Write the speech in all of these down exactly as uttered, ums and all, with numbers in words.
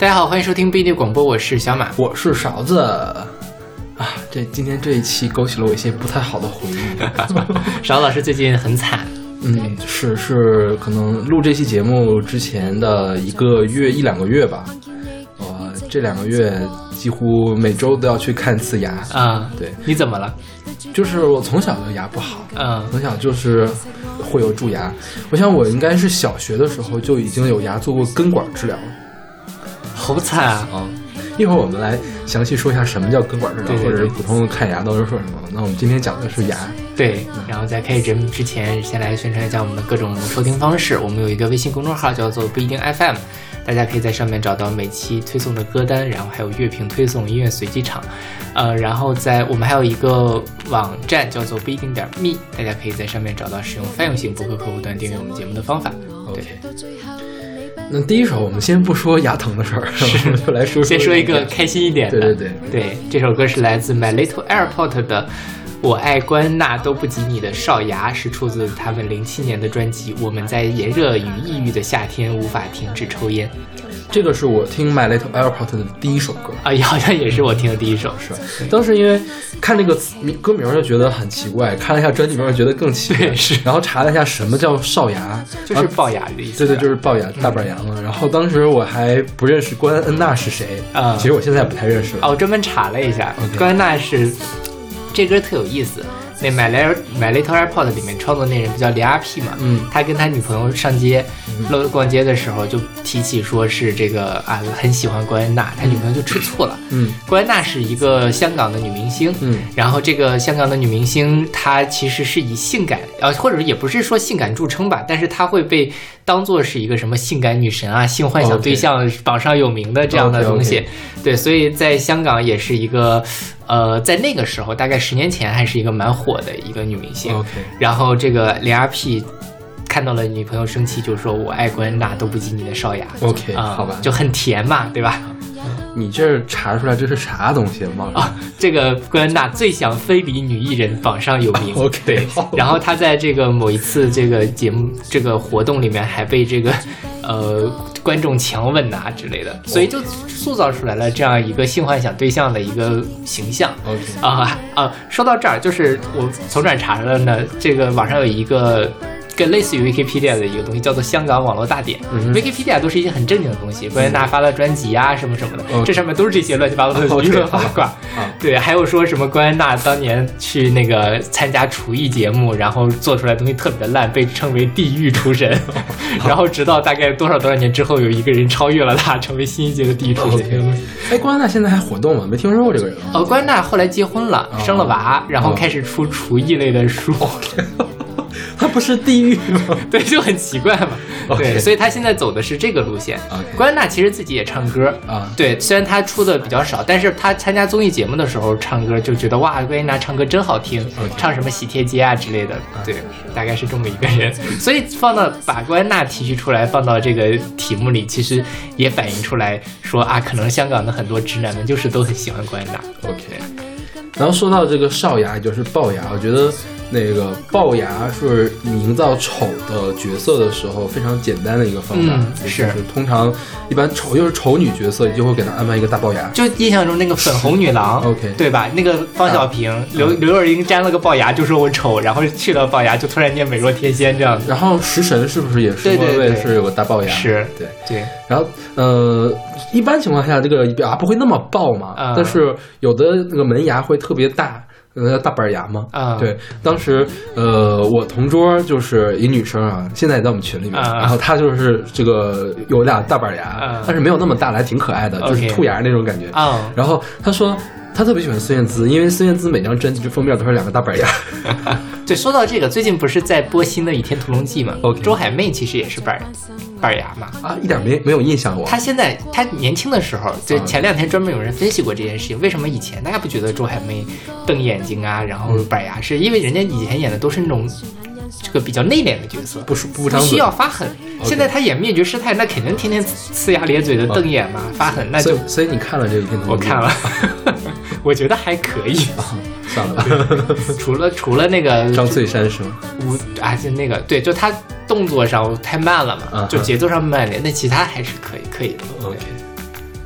大家好，欢迎收听不一定广播，我是小马， 我是勺子啊。这今天这一期勾起了我一些不太好的回忆。 勺老师最近很惨， 嗯，是是，可能录这期节目之前的一个月一两个月吧，我这两个月几乎每周都要去看次牙啊。 对， 你怎么了？ 就是我从小就牙不好， 嗯， 从小就是会有蛀牙。我想我应该是小学的时候就已经有牙做过根管治疗了。 好惨啊！ 啊，一会儿我们来详细说一下什么叫根管治疗， 对对对， 或者是普通的看牙都是说什么。那我们今天讲的是牙。 对，然后在开始节目之前，先来宣传一下我们的各种收听方式。我们有一个微信公众号叫做不一定 F M， 大家可以在上面找到每期推送的歌单，然后还有乐评推送、音乐随机场。呃，然后在我们还有一个网站叫做不一定点 me， 大家可以在上面找到使用泛用型播客客户端订阅我们节目的方法。 对。那第一首我们先不说牙疼的事儿，是就来说说先说一个开心一点的。 对对对对，这首歌是来自 My Little Airport 的我爱关恩娜都不及你的少牙，是出自他们零七年的专辑我们在炎热与抑郁的夏天无法停止抽烟。 这个是我听 My Little Airport 的第一首歌啊，好像也是我听的第一首。 是当时因为看这个歌名就觉得很奇怪，看了一下专辑名觉得更奇怪， 是， 然后查了一下什么叫少牙， 就是龅牙的意思。 对对，就是龅牙、大板牙嘛。然后当时我还不认识关恩娜是谁啊、嗯，其实我现在也不太认识了。 哦，我专门查了一下， okay. 关恩娜是这歌特有意思。那 My Little My Little Airport 里面创作那人不叫李阿 P 嘛， 嗯， 他跟他女朋友上街，嗯、逛街的时候就提起说是这个啊，很喜欢关恩娜，他女朋友就吃醋了。 嗯， 关恩娜是一个香港的女明星， 嗯， 然后这个香港的女明星她其实是以性感，呃，或者也不是说性感著称吧，但是她会被当作是一个什么性感女神啊、性幻想对象榜上有名的这样的东西。 Okay, okay. 对，所以在香港也是一个。呃，在那个时候，大概十年前，还是一个蛮火的一个女明星。 Okay. 然后这个林阿 P 看到了女朋友生气，就说我爱关恩娜都不及你的少牙。 OK，、 呃、 好吧， 就很甜嘛，对吧？ 你这查出来这是啥东西吗？ 啊，这个关恩娜最想非礼女艺人榜上有名。 OK， 对。然后她在这个某一次这个节目这个活动里面，还被这个呃观众强吻啊之类的，所以就塑造出来了这样一个性幻想对象的一个形象。 OK 啊啊，说到这儿，就是我从哪查了呢？这个网上有一个。跟类似于 Wikipedia 的一个东西叫做香港网络大典、嗯、Wikipedia 都是一些很正经的东西，关于娜发的专辑啊什么什么的、嗯、这上面都是这些乱七八糟的娱乐八卦、 嗯、 对，还有说什么关恩娜当年去那个参加厨艺节目，然后做出来的东西特别的烂，被称为地狱厨神、嗯、然后直到大概多少多少年之后，有一个人超越了他，成为新一届的地狱厨神。 哎，关恩娜现在还活动吗？没听说过这个人。 呃，关恩娜后来结婚了、哦、生了娃，然后开始出厨艺类的书、哦他不是地狱吗？ 对，就很奇怪嘛。 Okay. 对，所以他现在走的是这个路线。 Okay. 关恩娜其实自己也唱歌啊， uh. 对，虽然他出的比较少，但是他参加综艺节目的时候唱歌就觉得哇，关恩娜唱歌真好听， okay. 唱什么喜帖街啊之类的， uh. 对，大概是这么一个人。所以放到把关恩娜提取出来放到这个题目里，其实也反映出来说啊，可能香港的很多直男们就是都很喜欢关恩娜。 OK， 然后说到这个少牙，也就是龅牙，我觉得。那个龅牙是营造丑的角色的时候非常简单的一个方法， 嗯、是, 是通常一般丑又是丑女角色，你就会给她安排一个大龅牙。 就印象中那个粉红女郎 ，OK， 对吧？那个方小平、啊、刘刘若英粘了个龅牙，就说我丑，然后去了龅牙，就突然间美若天仙这样子。 然后食神是不是也是对对对是有个大龅牙？ 是， 对对。 然后呃，一般情况下这个牙不会那么龅嘛、嗯，但是有的那个门牙会特别大。呃，大板牙吗？ 啊、嗯， 对，当时呃，我同桌就是一女生啊，现在也在我们群里面， 嗯、 然后她就是这个有俩大板牙、 嗯， 但是没有那么大，还挺可爱的，就是兔牙那种感觉。 啊、嗯， 然后她说她特别喜欢孙燕姿，因为孙燕姿每张专辑封面都是两个大板牙。 对，说到这个，最近不是在播新的《倚天屠龙记》嘛？ Okay. 周海媚其实也是板板牙嘛。 啊，一点没没有印象我。 她现在她年轻的时候，就前两天专门有人分析过这件事情，为什么以前大家不觉得周海媚瞪眼睛啊，然后板牙，是因为人家以前演的都是那种这个比较内敛的角色， 不不不需要发狠。Okay. 现在他演灭绝师太，那肯定天天呲牙咧嘴的瞪眼嘛， okay. 发狠，那就所以, 所以你看了这一天， 我看了，我觉得还可以。 算了， 除了除了那个张翠山是吗？ 无啊，就那个对，就他动作上太慢了嘛， uh-huh. 就节奏上慢点，那其他还是可以可以的。 OK，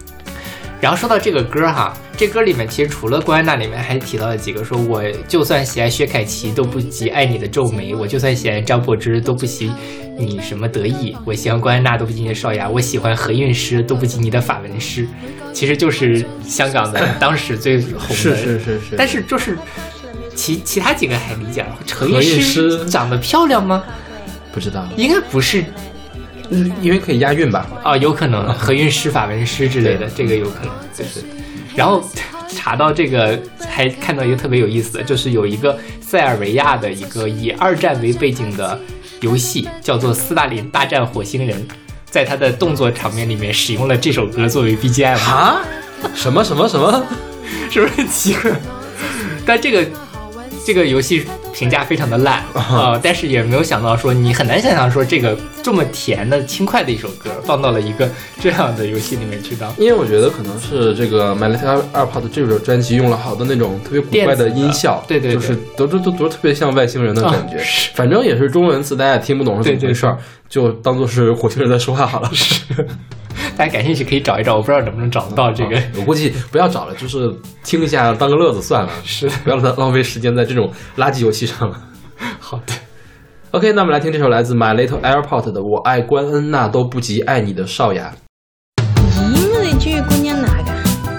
然后说到这个歌哈，这歌里面其实除了关安娜里面还提到了几个，说我就算喜爱薛凯琪都不及爱你的皱眉，我就算喜爱张柏芝都不及你什么得意，我喜欢关安娜都不及你的少牙，我喜欢何韵诗都不及你的法文诗，其实就是香港的当时最红的。 是是是是。 但是就是其其他几个还理解了，何韵诗长得漂亮吗？ 不知道， 应该不是。 嗯，因为可以押韵吧？ 啊，有可能何韵诗、法文诗之类的，这个有可能。就是，然后查到这个，还看到一个特别有意思的，就是有一个塞尔维亚的一个以二战为背景的游戏，叫做《斯大林大战火星人》，在它的动作场面里面使用了这首歌作为 B G M。 啊？什么什么什么？ 是不是很奇怪？但这个这个游戏评价非常的烂啊、呃，但是也没有想到说你很难想象说这个这么甜的轻快的一首歌放到了一个这样的游戏里面去当。 因为我觉得可能是这个 My Little Airport 这首专辑用了好多那种特别古怪的音效， 对对对， 就是都都都都特别像外星人的感觉、哦、反正也是中文词，大家也听不懂是怎么回事，就当做是火星人在说话好了。是大家感兴趣可以找一找，我不知道能不能找到这个、 嗯、我估计不要找了，就是听一下当个乐子算了， 是不要浪费时间在这种垃圾游戏上了。 好的 OK， 那我们来听这首来自 My Little Airport 的我爱关恩娜都不及爱你的少牙。 咦，我哋中意觀音娜㗎？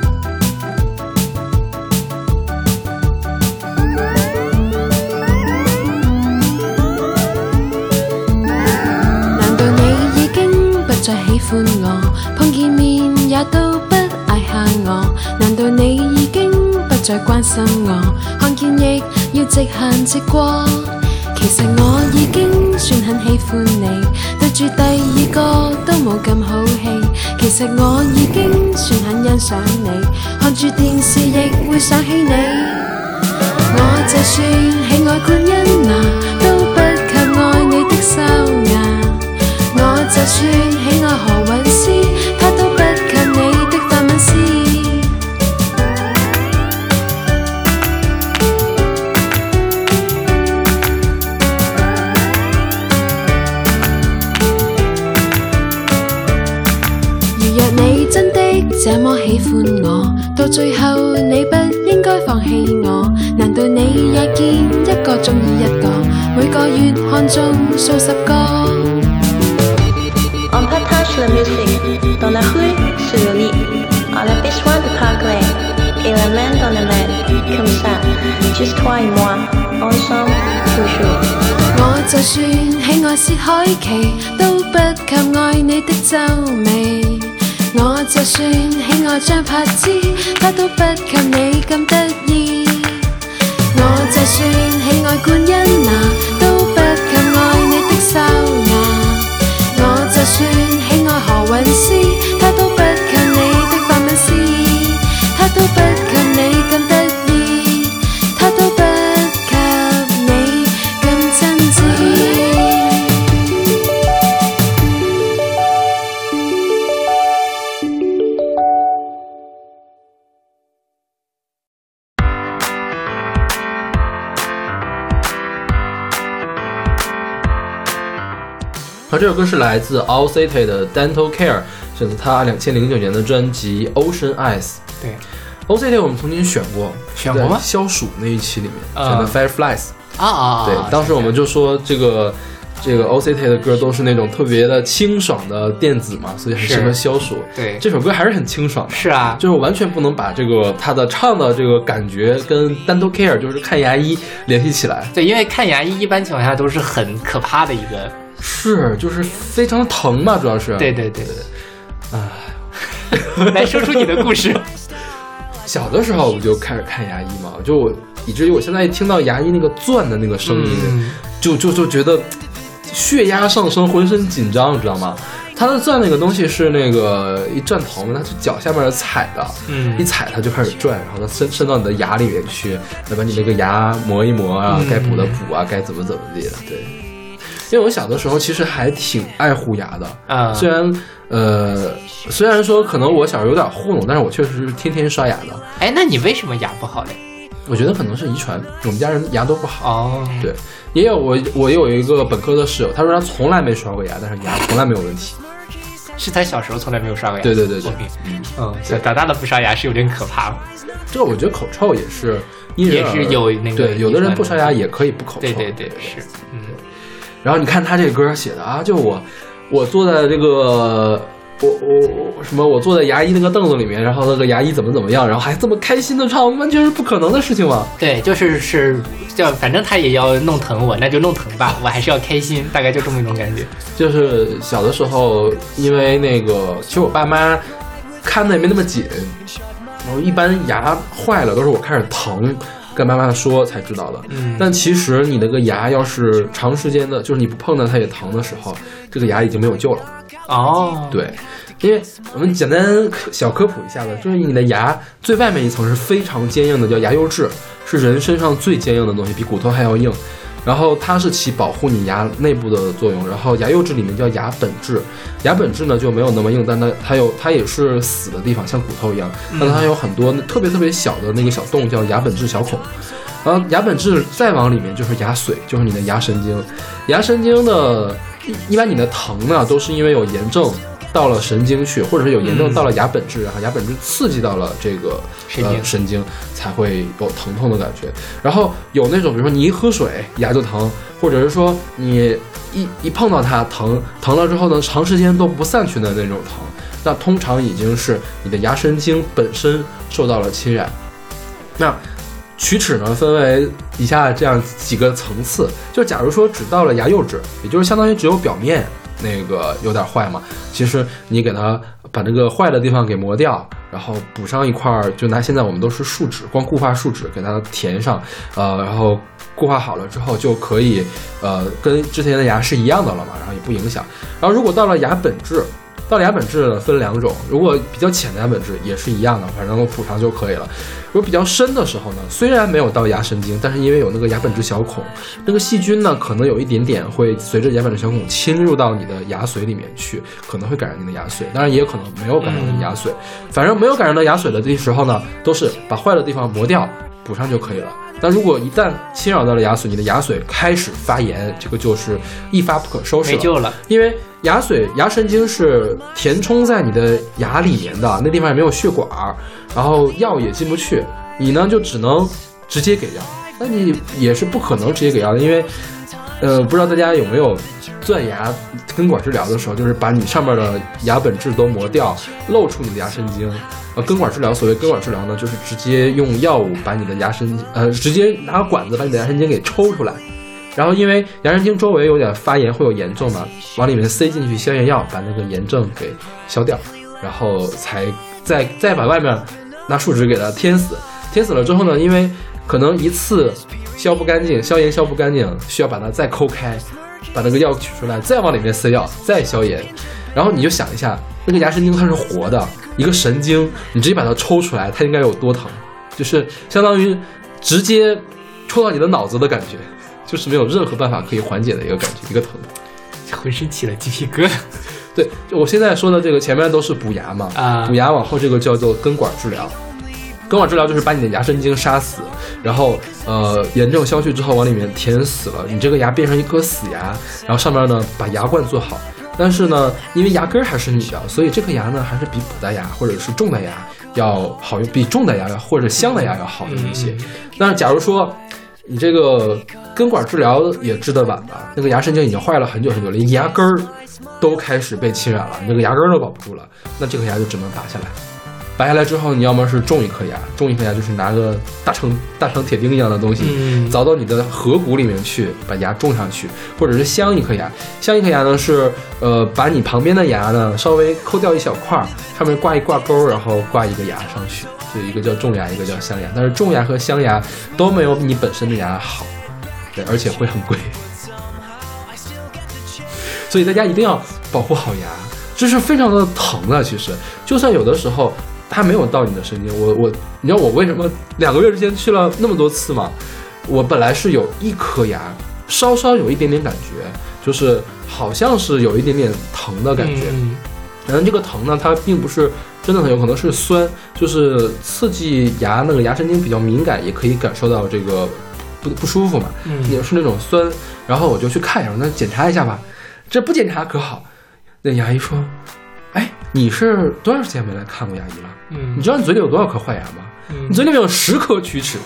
難道你已經不再喜歡我？碰見面也都不嗌下我？難道你已經不再關心我？看見亦要直行直過？其實我已經算很喜歡你，對住第二個都冇咁好氣。其實我已經算很欣賞你，看住電視亦會想起你。我就算喜愛觀音娜，都不及愛你的秀雅。我就算喜愛何韻詩，它都不及你的法文詩。真的這麼喜歡我，到最後你不應該放棄我。難道你也見一個中意一個，每個月看中數十個 On partage la musique dans la rue sur le lit. On a besoin de parler et la main dans la main, comme ça, juste toi et moi, ensemble toujours. 我就算喜愛薛凱琪，都不及愛你的皺眉。我就算喜愛張柏芝，他都不及你咁得意。我就算喜愛觀音娜，都不及愛你的秀雅。我就算喜愛何韻詩，他都不及你的法文詩。他都不及你咁得意，他都不及你咁真摯。 好，这首歌是来自 All City 的 Dental Care， 选择他两千零九年的专辑 Ocean Eyes。 对， All City 我们曾经选过， 选过吗？ 消暑那一期里面、 呃、 选的 Fireflies 啊啊， 对，当时我们就说这个这个 All City 的歌都是那种特别的清爽的电子嘛，所以很适合消暑。 对， 这首歌还是很清爽的。 是啊， 就是我完全不能把这个他的唱的这个感觉跟 Dental Care 就是看牙医联系起来。 对，因为看牙医一般情况下都是很可怕的一个。 是，就是非常疼嘛，主要是。 对对对对，啊，来说出你的故事。 小的时候我就开始看牙医嘛，就我以至于我现在一听到牙医那个钻的那个声音，嗯、就就就觉得血压上升，浑身紧张，你知道吗？它的钻那个东西是那个一转头嘛，它是脚下面踩的，嗯，一踩它就开始转，然后它伸伸到你的牙里面去，来把你那个牙磨一磨啊，该补的补啊，该怎么怎么地的，对。因为我小的时候其实还挺爱护牙的啊，虽然呃，虽然说可能我小时候有点糊弄，但是我确实是天天刷牙的。 哎，那你为什么牙不好嘞？ 我觉得可能是遗传，我们家人牙都不好。 哦， 对，也有我我有一个本科的室友，他说他从来没刷过牙，但是牙从来没有问题。 是他小时候从来没有刷过牙。 对对对对， okay, 嗯嗯，小长大了不刷牙是有点可怕。 这个我觉得口臭也是因人而也是有那个对，有的人不刷牙也可以不口臭。 对对对，是嗯。 然后你看他这个歌写的啊，就我我坐在这个。我我我什么？我坐在牙医那个凳子里面，然后那个牙医怎么怎么样，然后还这么开心的唱，完全是不可能的事情嘛。 对，就是是叫，反正他也要弄疼我，那就弄疼吧，我还是要开心，大概就这么一种感觉。 就是小的时候，因为那个，其实我爸妈看的也没那么紧，然后一般牙坏了都是我开始疼，跟妈妈说才知道的。 嗯， 但其实你那个牙要是长时间的，就是你不碰它它也疼的时候，这个牙已经没有救了。 哦， 对，因为我们简单小科普一下子，就是你的牙最外面一层是非常坚硬的，叫牙釉质，是人身上最坚硬的东西，比骨头还要硬。然后它是起保护你牙内部的作用。然后牙釉质里面叫牙本质，牙本质呢就没有那么硬，但它它有它也是死的地方，像骨头一样，但它有很多特别特别小的那个小洞，叫牙本质小孔。然后牙本质再往里面就是牙髓，就是你的牙神经。牙神经的一般你的疼呢都是因为有炎症到了神经去，或者是有炎症到了牙本质，然后牙本质刺激到了这个神经、 呃、神经才会有疼痛的感觉。然后有那种比如说你一喝水牙就疼，或者是说你一一碰到它疼，疼了之后呢长时间都不散去的那种疼，那通常已经是你的牙神经本身受到了侵染。那龋齿呢分为以下这样几个层次，就假如说只到了牙釉质，也就是相当于只有表面那个有点坏嘛，其实你给它把这个坏的地方给磨掉，然后补上一块，就拿现在我们都是树脂，光固化树脂给它填上，呃，然后固化好了之后就可以，呃，跟之前的牙是一样的了嘛，然后也不影响。然后如果到了牙本质，到了牙本质呢分两种，如果比较浅的牙本质也是一样的，反正补上就可以了。如果比较深的时候呢，虽然没有到牙神经，但是因为有那个牙本质小孔，那个细菌呢可能有一点点会随着牙本质小孔侵入到你的牙髓里面去，可能会感染你的牙髓，当然也有可能没有感染你的牙髓。反正没有感染到牙髓的这时候呢，都是把坏的地方磨掉补上就可以了。但如果一旦侵扰到了牙髓，你的牙髓开始发炎，这个就是一发不可收拾了， 没救了。因为牙髓牙神经是填充在你的牙里面的，那地方也没有血管，然后药也进不去，你呢就只能直接给药。那你也是不可能直接给药的，因为呃，不知道大家有没有钻牙根管治疗的时候，就是把你上面的牙本质都磨掉，露出你的牙神经。呃，根管治疗，所谓根管治疗呢，就是直接用药物把你的牙神经，呃，直接拿管子把你的牙神经给抽出来，然后因为牙神经周围有点发炎，会有炎症嘛，往里面塞进去消炎药，把那个炎症给消掉，然后才再再把外面拿树脂给它填死。填死了之后呢，因为可能一次消不干净，消炎消不干净，需要把它再抠开，把那个药取出来，再往里面塞药，再消炎。然后你就想一下，那个牙神经它是活的，一个神经，你直接把它抽出来，它应该有多疼？就是相当于直接抽到你的脑子的感觉，就是没有任何办法可以缓解的一个感觉，一个疼， 浑身起了鸡皮疙瘩。 对，就我现在说的这个前面都是补牙嘛， 啊， 补牙往后这个叫做根管治疗。根管治疗就是把你的牙神经杀死，然后呃炎症消去之后往里面填死了，你这个牙变成一颗死牙，然后上面呢把牙冠做好。但是呢，因为牙根还是你的，所以这颗牙呢还是比补的牙或者是种的牙要好用，比种的牙或者镶的牙要好用一些。那假如说你这个根管治疗也治得晚吧，那个牙神经已经坏了很久很久了，连牙根儿都开始被侵染了，你这个牙根儿都保不住了，那这颗牙就只能拔下来。拔下来之后，你要么是种一颗牙，种一颗牙就是拿个大成大成铁钉一样的东西， 嗯， 凿到你的颌骨里面去，把牙种上去，或者是镶一颗牙。镶一颗牙呢是呃把你旁边的牙呢稍微抠掉一小块，上面挂一挂钩，然后挂一个牙上去，就一个叫种牙，一个叫镶牙。但是种牙和镶牙都没有你本身的牙好，对，而且会很贵，所以大家一定要保护好牙，这是非常的疼的。其实就算有的时候它没有到你的神经，我我你知道我为什么两个月之前去了那么多次吗？我本来是有一颗牙稍稍有一点点感觉，就是好像是有一点点疼的感觉， 嗯， 然后这个疼呢它并不是真的很有可能是酸，就是刺激牙那个牙神经比较敏感，也可以感受到这个不不舒服嘛， 嗯， 也是那种酸。然后我就去看一下，那检查一下吧，这不检查可好，那牙医说， 你是多长时间没来看过牙医了？ 嗯， 你知道你嘴里有多少颗坏牙吗？ 嗯， 你嘴里面有十颗龋齿。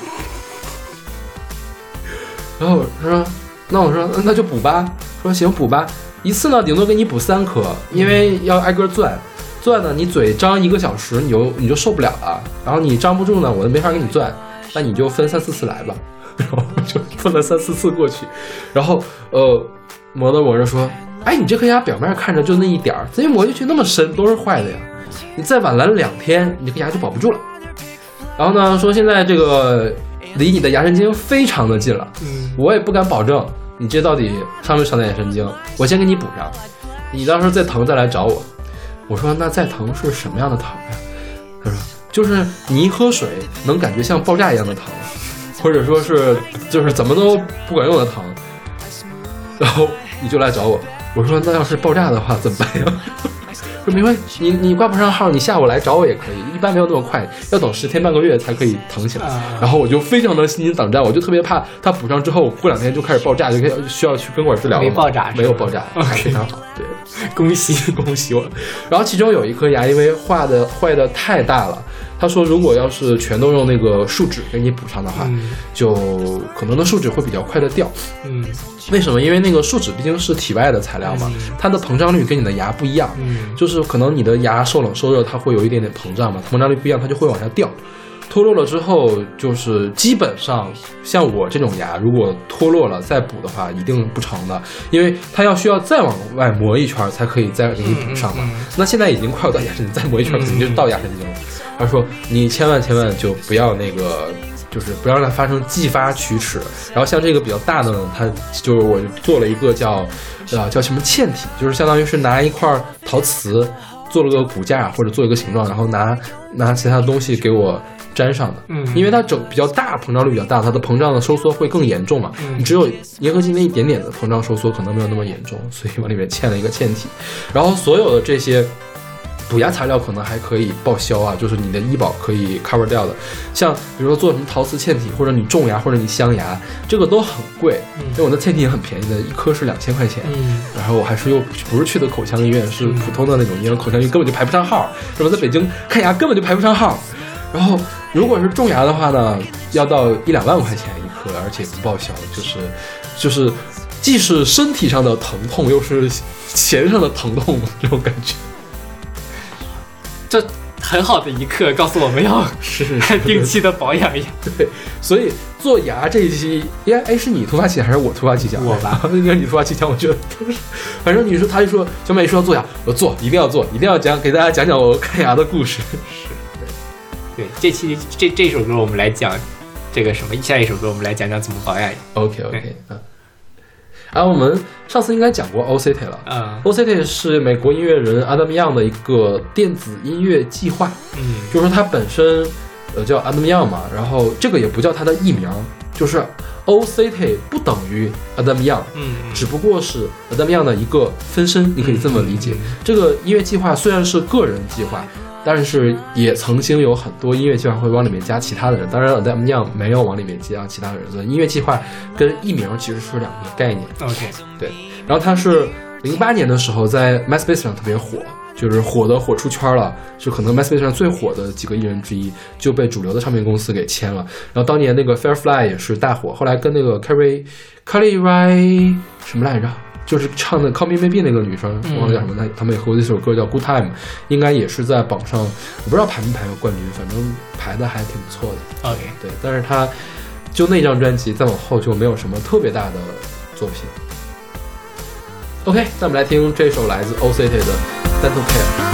然后他说，那我说那就补吧。说行补吧，一次呢顶多给你补三颗，因为要挨个钻。钻呢，你嘴张一个小时，你就你就受不了了。然后你张不住呢，我就没法给你钻，那你就分三四次来吧。然后就分了三四次过去，然后呃，磨着磨着说，哎，你这颗牙表面看着就那一点儿，这一磨进去那么深，都是坏的呀。你再晚来了两天，你这颗牙就保不住了。然后呢，说现在这个离你的牙神经非常的近了， 嗯，我也不敢保证你这到底伤没伤到牙神经，我先给你补上，你到时候再疼再来找我。我说那再疼是什么样的疼呀？他说就是你一喝水能感觉像爆炸一样的疼，或者说是就是怎么都不管用的疼，然后你就来找我。我说那要是爆炸的话怎么办呀？说没关系，你你挂不上号，你下午来找我也可以，一般没有那么快，要等十天半个月才可以疼起来。然后我就非常的心惊胆战，我就特别怕它补上之后过两天就开始爆炸，就需要去根管治疗了。 没爆炸， 没有爆炸，还非常好。对，恭喜恭喜我。然后其中有一颗牙因为坏的坏的太大了，他说如果要是全都用那个树脂给你补上的话，嗯、就可能的树脂会比较快的掉。 嗯， 为什么？因为那个树脂毕竟是体外的材料嘛，嗯、它的膨胀率跟你的牙不一样。嗯，就是可能你的牙受冷受热，它会有一点点膨胀嘛，膨胀率不一样，它就会往下掉。脱落了之后，就是基本上像我这种牙，如果脱落了再补的话，一定不成的，因为它要需要再往外磨一圈才可以再给你补上嘛。嗯嗯嗯、那现在已经快要到牙神经，再磨一圈肯定就是到牙神经了。他说你千万千万就不要那个，就是不要让它发生继发龋齿。然后像这个比较大的呢，它就是我做了一个叫呃叫什么嵌体，就是相当于是拿一块陶瓷做了个骨架或者做一个形状，然后拿拿其他的东西给我粘上的。嗯，因为它整比较大，膨胀率比较大，它的膨胀的收缩会更严重嘛。嗯，你只有粘合剂那一点点的膨胀收缩可能没有那么严重，所以往里面嵌了一个嵌体。然后所有的这些补牙材料可能还可以报销啊，就是你的医保可以 cover 掉的。像比如说做什么陶瓷嵌体，或者你种牙，或者你镶牙，这个都很贵。嗯，因为我的嵌体也很便宜的，一颗是两千块钱。嗯，然后我还是又不是去的口腔医院，是普通的那种医院，口腔医院根本就排不上号。什么在北京看牙根本就排不上号。然后如果是种牙的话呢，要到一两万块钱一颗，而且不报销，就是就是既是身体上的疼痛，又是钱上的疼痛这种感觉。 这很好的一课告诉我们要是定期的保养一下。 对，所以做牙这一期，应该哎是你突发奇想还是我突发奇想？ 我吧， 应该你突发奇想，我觉得都是。反正你说，他就说小美说要做牙，我做一定要做，一定要讲给大家讲讲我看牙的故事。 是，对，这期这这首歌我们来讲这个什么，下一首歌我们来讲讲怎么保养牙。 OK OK 嗯。然后我们上次应该讲过 O C T 了，嗯 ，O C T 是美国音乐人 Adam Young 的一个电子音乐计划，嗯，就是说他本身呃叫 Adam Young 嘛，然后这个也不叫他的艺名，就是 O C T 不等于 Adam Young， 嗯，只不过是 Adam Young 的一个分身，你可以这么理解。嗯、这个音乐计划虽然是个人计划，但是也曾经有很多音乐计划会往里面加其他的人，当然 Adam Young 没有往里面加其他的人，所以音乐计划跟艺名其实是两个概念。 OK， 对。然后他是零八年的时候在 MySpace 上特别火，就是火的火出圈了，就可能 MySpace 上最火的几个艺人之一，就被主流的唱片公司给签了。然后当年那个 Firefly 也是大火，后来跟那个 Carrie Carrie Rae 什么来着？就是唱的 Call Me Maybe 那个女生，忘了叫什么，他们也合过这首歌叫 Good Time， 应该也是在榜上，我不知道排没排过冠军，反正排的还挺不错的。 OK， 对，但是他就那张专辑再往后就没有什么特别大的作品。OK， 那我们来听这首来自 O C T 的 Dental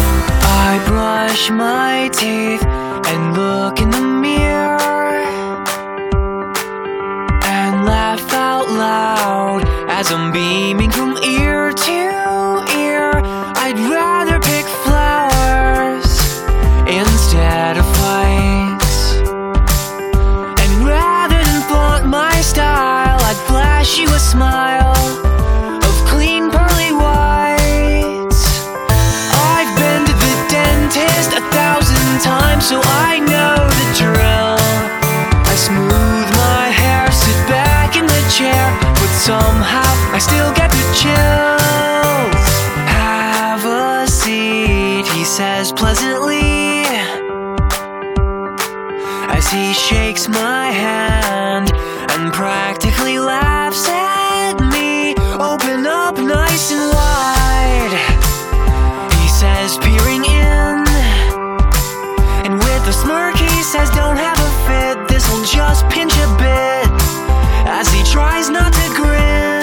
Care。I brush my teeth and look in the mirror and laugh out loud.As I'm beaming from ear to ear, I'd rather pick flowers instead of fights. And rather than flaunt my style, I'd flash you a smile of clean pearly whites. I've been to the dentist a thousand times, so I know the drill. I smooth my hair, sit back in the chair.But somehow I still get the chills. Have a seat, he said. takes my hand and practically laughs at me. Open up nice and wide, he says, peering in. And with a smirk he says, don't have a fit, this'll just pinch a bit, as he tries not to grin.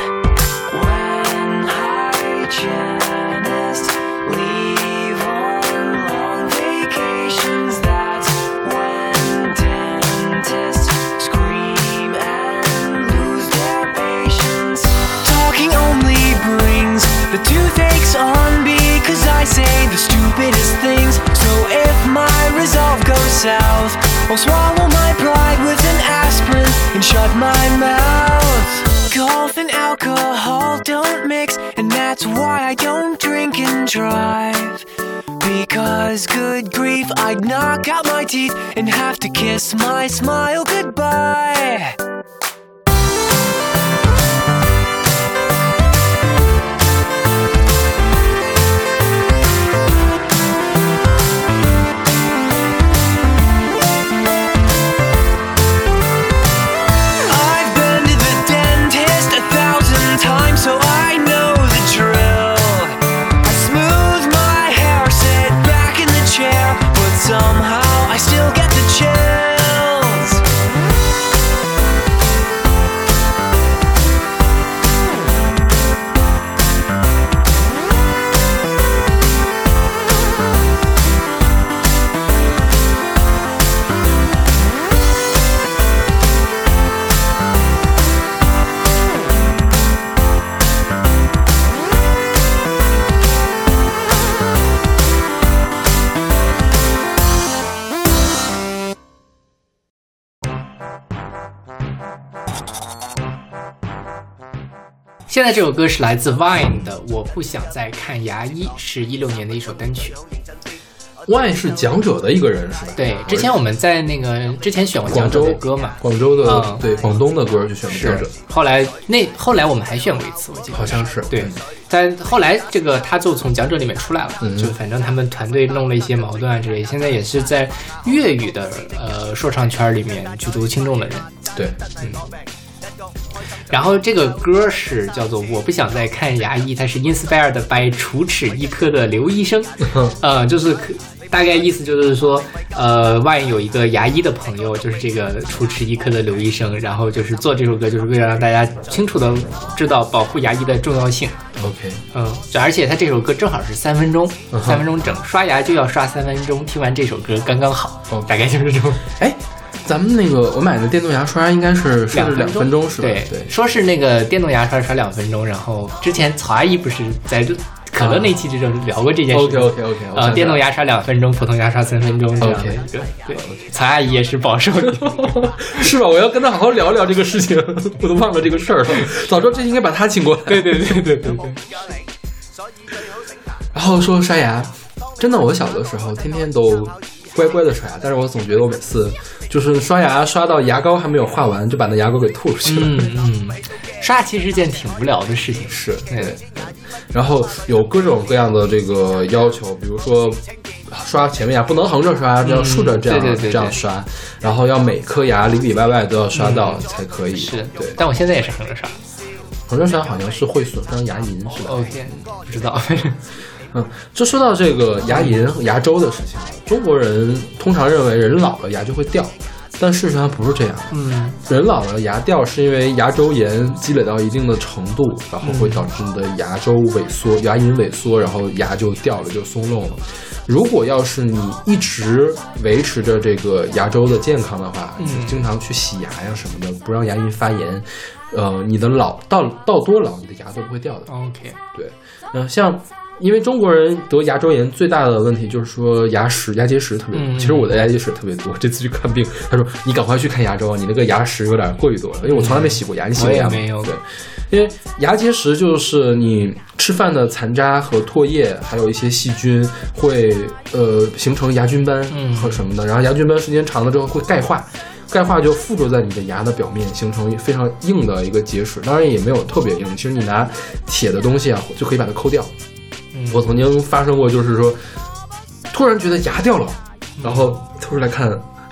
When hygienists leave on long vacations, that's when dentists scream and lose their patience. Talking only brings the toothaches on, because I say the stupidest things. So if my resolve goes south, I'll swallow my pride with an aspirin and shut my mouth. Golf and alcohol don't mix, and that's why I don't drink and drive. Because good grief, I'd knock out my teeth and have to kiss my smile goodbye. So I know the drill. I smooth my hair, sit back in the chair, but somehow I still get the chills. 现在这首歌是来自 Vine 的《我不想再看牙医》，是一六年的一首单曲。 Vine 是讲者的一个人是吧？ 对，之前我们在那个之前选过讲者的歌嘛， 广州的、 嗯、 对广东的歌就选过讲者。 后来那后来我们还选过一次，我记得好像是对。但后来这个他就从讲者里面出来了， 嗯、 就反正他们团队弄了一些矛盾啊之类，现在也是在粤语的呃说唱圈里面举足轻重的人。 对， 嗯。然后这个歌是叫做《我不想再看牙医》，它是 inspired by 楚齿医科的刘医生，呃，就是大概意思就是说，呃，万一有一个牙医的朋友，就是这个楚齿医科的刘医生，然后就是做这首歌，就是为了让大家清楚的知道保护牙医的重要性。 OK， 嗯，而且他这首歌正好是三分钟，嗯、三分钟整，刷牙就要刷三分钟，听完这首歌刚刚好，哦、大概就是这种。 哎。咱们那个我买的电动牙刷应该是两两分钟是吧？ 对对， 说是那个电动牙刷刷两分钟，然后之前曹阿姨不是在可乐那期之中聊过这件事。 OK OK OK， 呃，电动牙刷两分钟，普通牙刷三分钟这样的一个。Okay, 对， okay. 曹阿姨也是饱受是吧？我要跟她好好聊聊这个事情，我都忘了这个事儿了。早知道这应该把她请过来。 对对对对对对。 然后说刷牙，真的，我小的时候天天都乖乖的刷牙，但是我总觉得我每次就是刷牙刷到牙膏还没有化完，就把那牙膏给吐出去了。 嗯嗯，刷其实是件挺无聊的事情， 是对。然后有各种各样的这个要求，比如说刷前面牙不能横着刷，要竖着这样、嗯、对对对对这样刷，然后要每颗牙里里外外都要刷到才可以。嗯、 是， 对。 但我现在也是横着刷， 横着刷好像是会损伤牙龈，是吧 ？OK， 不知道。 嗯，就说到这个牙龈和牙周的事情，中国人通常认为人老了牙就会掉，但事实上不是这样。 嗯， 人老了牙掉是因为牙周炎积累到一定的程度，然后会导致你的牙周萎缩、牙龈萎缩，然后牙就掉了，就松动了。如果要是你一直维持着这个牙周的健康的话， 嗯， 经常去洗牙呀什么的，不让牙龈发炎，呃，你的老到到多老，你的牙都不会掉的。 OK， 对，嗯、呃，像。因为中国人得牙周炎最大的问题就是说牙石、牙结石特别多。 嗯、 其实我的牙结石特别多，这次去看病，他说你赶快去看牙周啊，你那个牙石有点过于多了。因为我从来没洗过牙，你洗过牙吗？ 没有。 对，因为牙结石就是你吃饭的残渣和唾液，还有一些细菌会呃形成牙菌斑和什么的，嗯、然后牙菌斑时间长了之后会钙化。钙化就附着在你的牙的表面，形成非常硬的一个结石，当然也没有特别硬。其实你拿铁的东西啊，就可以把它抠掉。我曾经发生过，就是说突然觉得牙掉了，然后偷出来看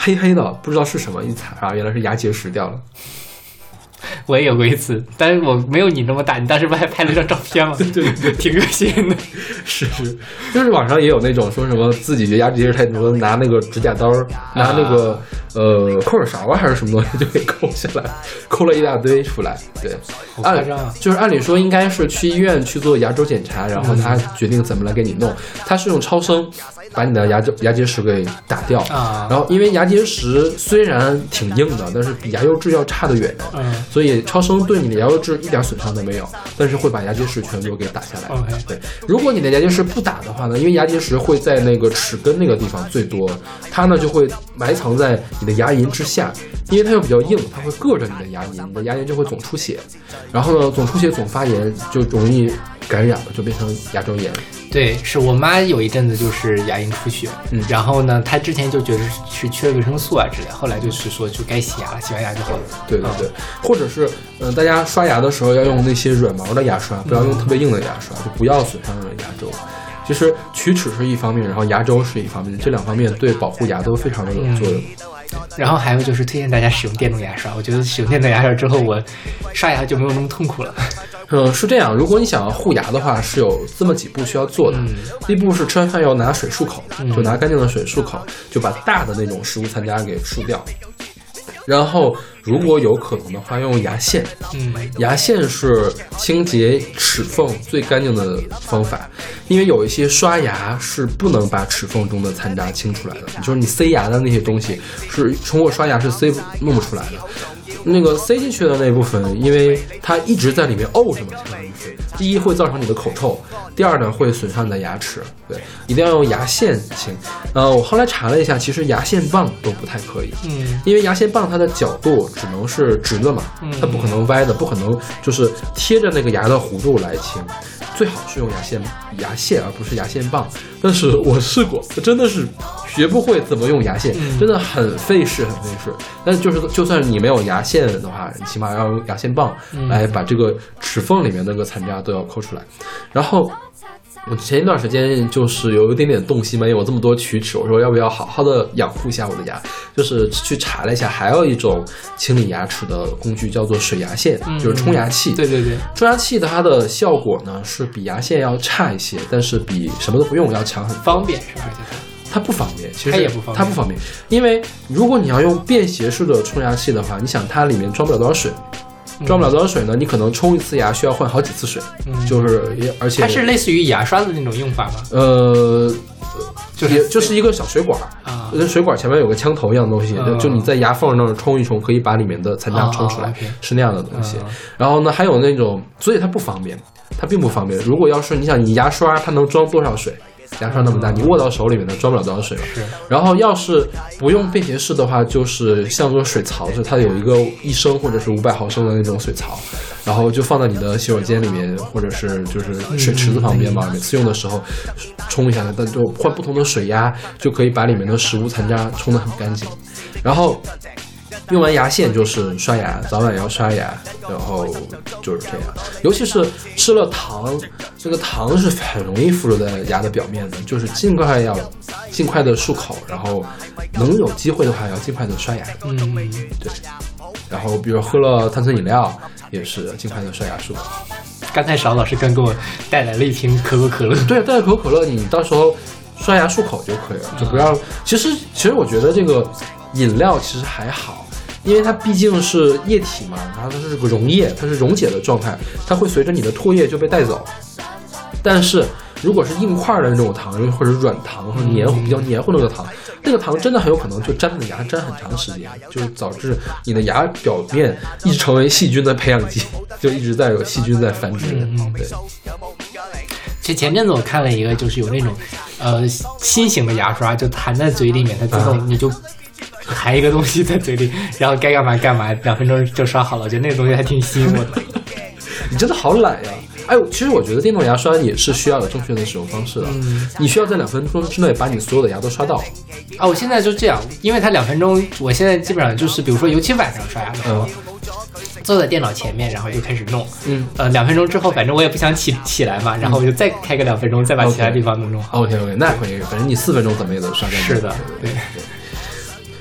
黑黑的，不知道是什么，一踩啊，原来是牙结石掉了。 我也有过一次，但是我没有你那么大。你当时不还拍了张照片吗？ 对对对， 挺恶心的。 是是，就是网上也有那种说什么自己觉得牙结石太多，拿那个指甲刀，拿那个、啊、呃扣耳勺啊还是什么东西就给抠下来，抠了一大堆出来。对， 按、啊、 就是按理说应该是去医院去做牙周检查，然后他决定怎么来给你弄。他是用超声把你的牙牙结石给打掉啊， 然后因为牙结石虽然挺硬的，但是比牙釉质要差得远， 嗯， 所以超声对你的牙釉质一点损伤都没有，但是会把牙结石全部给打下来。 Okay. 对，如果你的牙结石不打的话呢，因为牙结石会在那个齿根那个地方最多，它呢就会埋藏在你的牙龈之下，因为它又比较硬，它会硌着你的牙龈，你的牙龈就会总出血，然后呢总出血总发炎，就容易感染了，就变成牙周炎。 对，是我妈有一阵子就是牙龈出血， 嗯， 然后呢，她之前就觉得是缺维生素啊之类，后来就是说就该洗牙了，洗完牙就好了。 对对对，嗯、或者是嗯、呃，大家刷牙的时候要用那些软毛的牙刷，不要用特别硬的牙刷，嗯、就不要损伤了牙周。其实龋齿是一方面，然后牙周是一方面，这两方面对保护牙都非常的有作用。 嗯、然后还有就是推荐大家使用电动牙刷，我觉得使用电动牙刷之后，我刷牙就没有那么痛苦了。 嗯，是这样。如果你想要护牙的话，是有这么几步需要做的。 嗯、 第一步是吃完饭要拿水漱口， 嗯、 就拿干净的水漱口，就把大的那种食物残渣给漱掉。然后，如果有可能的话，用牙线。 嗯， 牙线是清洁齿缝最干净的方法，因为有一些刷牙是不能把齿缝中的残渣清出来的，就是你塞牙的那些东西是通过刷牙是塞弄不出来的。那个塞进去的那部分，因为它一直在里面沤着嘛，相当于是，第一会造成你的口臭，第二呢会损伤你的牙齿。对，一定要用牙线清。呃，我后来查了一下，其实牙线棒都不太可以， 嗯， 因为牙线棒它的角度只能是直的嘛，它不可能歪的，不可能就是贴着那个牙的弧度来清。最好是用牙线牙线而不是牙线棒，但是我试过，真的是学不会怎么用牙线， 嗯、 真的很费事很费事。但是就是就算你没有牙线的话，你起码要用牙线棒来把这个齿缝里面那个残渣都要抠出来。然后我前一段时间就是有一点点动心嘛，因为我这么多龋齿，我说要不要好好的养护一下我的牙，就是去查了一下，还有一种清理牙齿的工具叫做水牙线， 嗯、 就是冲牙器。 对对对， 冲牙器的它的效果呢是比牙线要差一些，但是比什么都不用要强很多。 方便是吧？ 它不方便，其实它也不方便， 它不方便，因为如果你要用便携式的冲牙器的话，你想它里面装不了多少水。装不了多少水呢？你可能冲一次牙需要换好几次水， 嗯、 就是而且它是类似于牙刷的那种用法吗？ 呃， 就是也就是一个小水管啊， 跟水管前面有个枪头一样的东西， 嗯、 就你在牙缝那儿冲一冲，可以把里面的残渣冲出来， 哦 okay、 是那样的东西。 嗯、 然后呢，还有那种，所以它不方便，它并不方便。如果要是你想你牙刷，它能装多少水？牙刷那么大，你握到手里面的装不了多少水。 是。 然后要是不用便携式的话，就是像做水槽子，它有一个一升或者是五百毫升的那种水槽，然后就放在你的洗手间里面，或者是就是水池子旁边嘛。嗯、每次用的时候冲一下，但就换不同的水压，就可以把里面的食物残渣冲得很干净。然后用完牙线就是刷牙，早晚要刷牙，然后就是这样。尤其是吃了糖，这个糖是很容易附着在牙的表面的，就是尽快要尽快的漱口，然后能有机会的话要尽快的刷牙。 嗯， 对。然后比如喝了碳酸饮料，也是尽快的刷牙漱口。 刚才邵老师刚给我带来了一瓶可口可乐， 对，带可口可乐，你到时候刷牙漱口就可以了，就不要。其实其实我觉得这个饮料其实还好。因为它毕竟是液体嘛，然后它是个溶液，它是溶解的状态，它会随着你的唾液就被带走。但是如果是硬块的那种糖，或者软糖，或者黏糊比较黏糊那个糖，那个糖真的很有可能就粘你的牙粘很长时间，就是导致你的牙表面一直成为细菌的培养基，就一直在有细菌在繁殖。 嗯、 对。 其实前阵子我看了一个，就是有那种呃新型的牙刷，就含在嘴里面，它自动、啊、你就。含一个东西在嘴里，然后该干嘛干嘛，两分钟就刷好了。我觉得那个东西还挺吸引我的。 你真的好懒呀！哎，其实我觉得电动牙刷也是需要有正确的使用方式的。 嗯， 你需要在两分钟之内把你所有的牙都刷到。 啊，我现在就这样，因为它两分钟，我现在基本上就是，比如说，尤其晚上刷牙的时候，嗯、坐在电脑前面，然后就开始弄。 嗯， 呃，两分钟之后，反正我也不想起起来嘛，然后我就再开个两分钟，再把其他地方弄弄好。 OK OK， 那可以，反正你四分钟怎么也得刷干净。 是的，对。对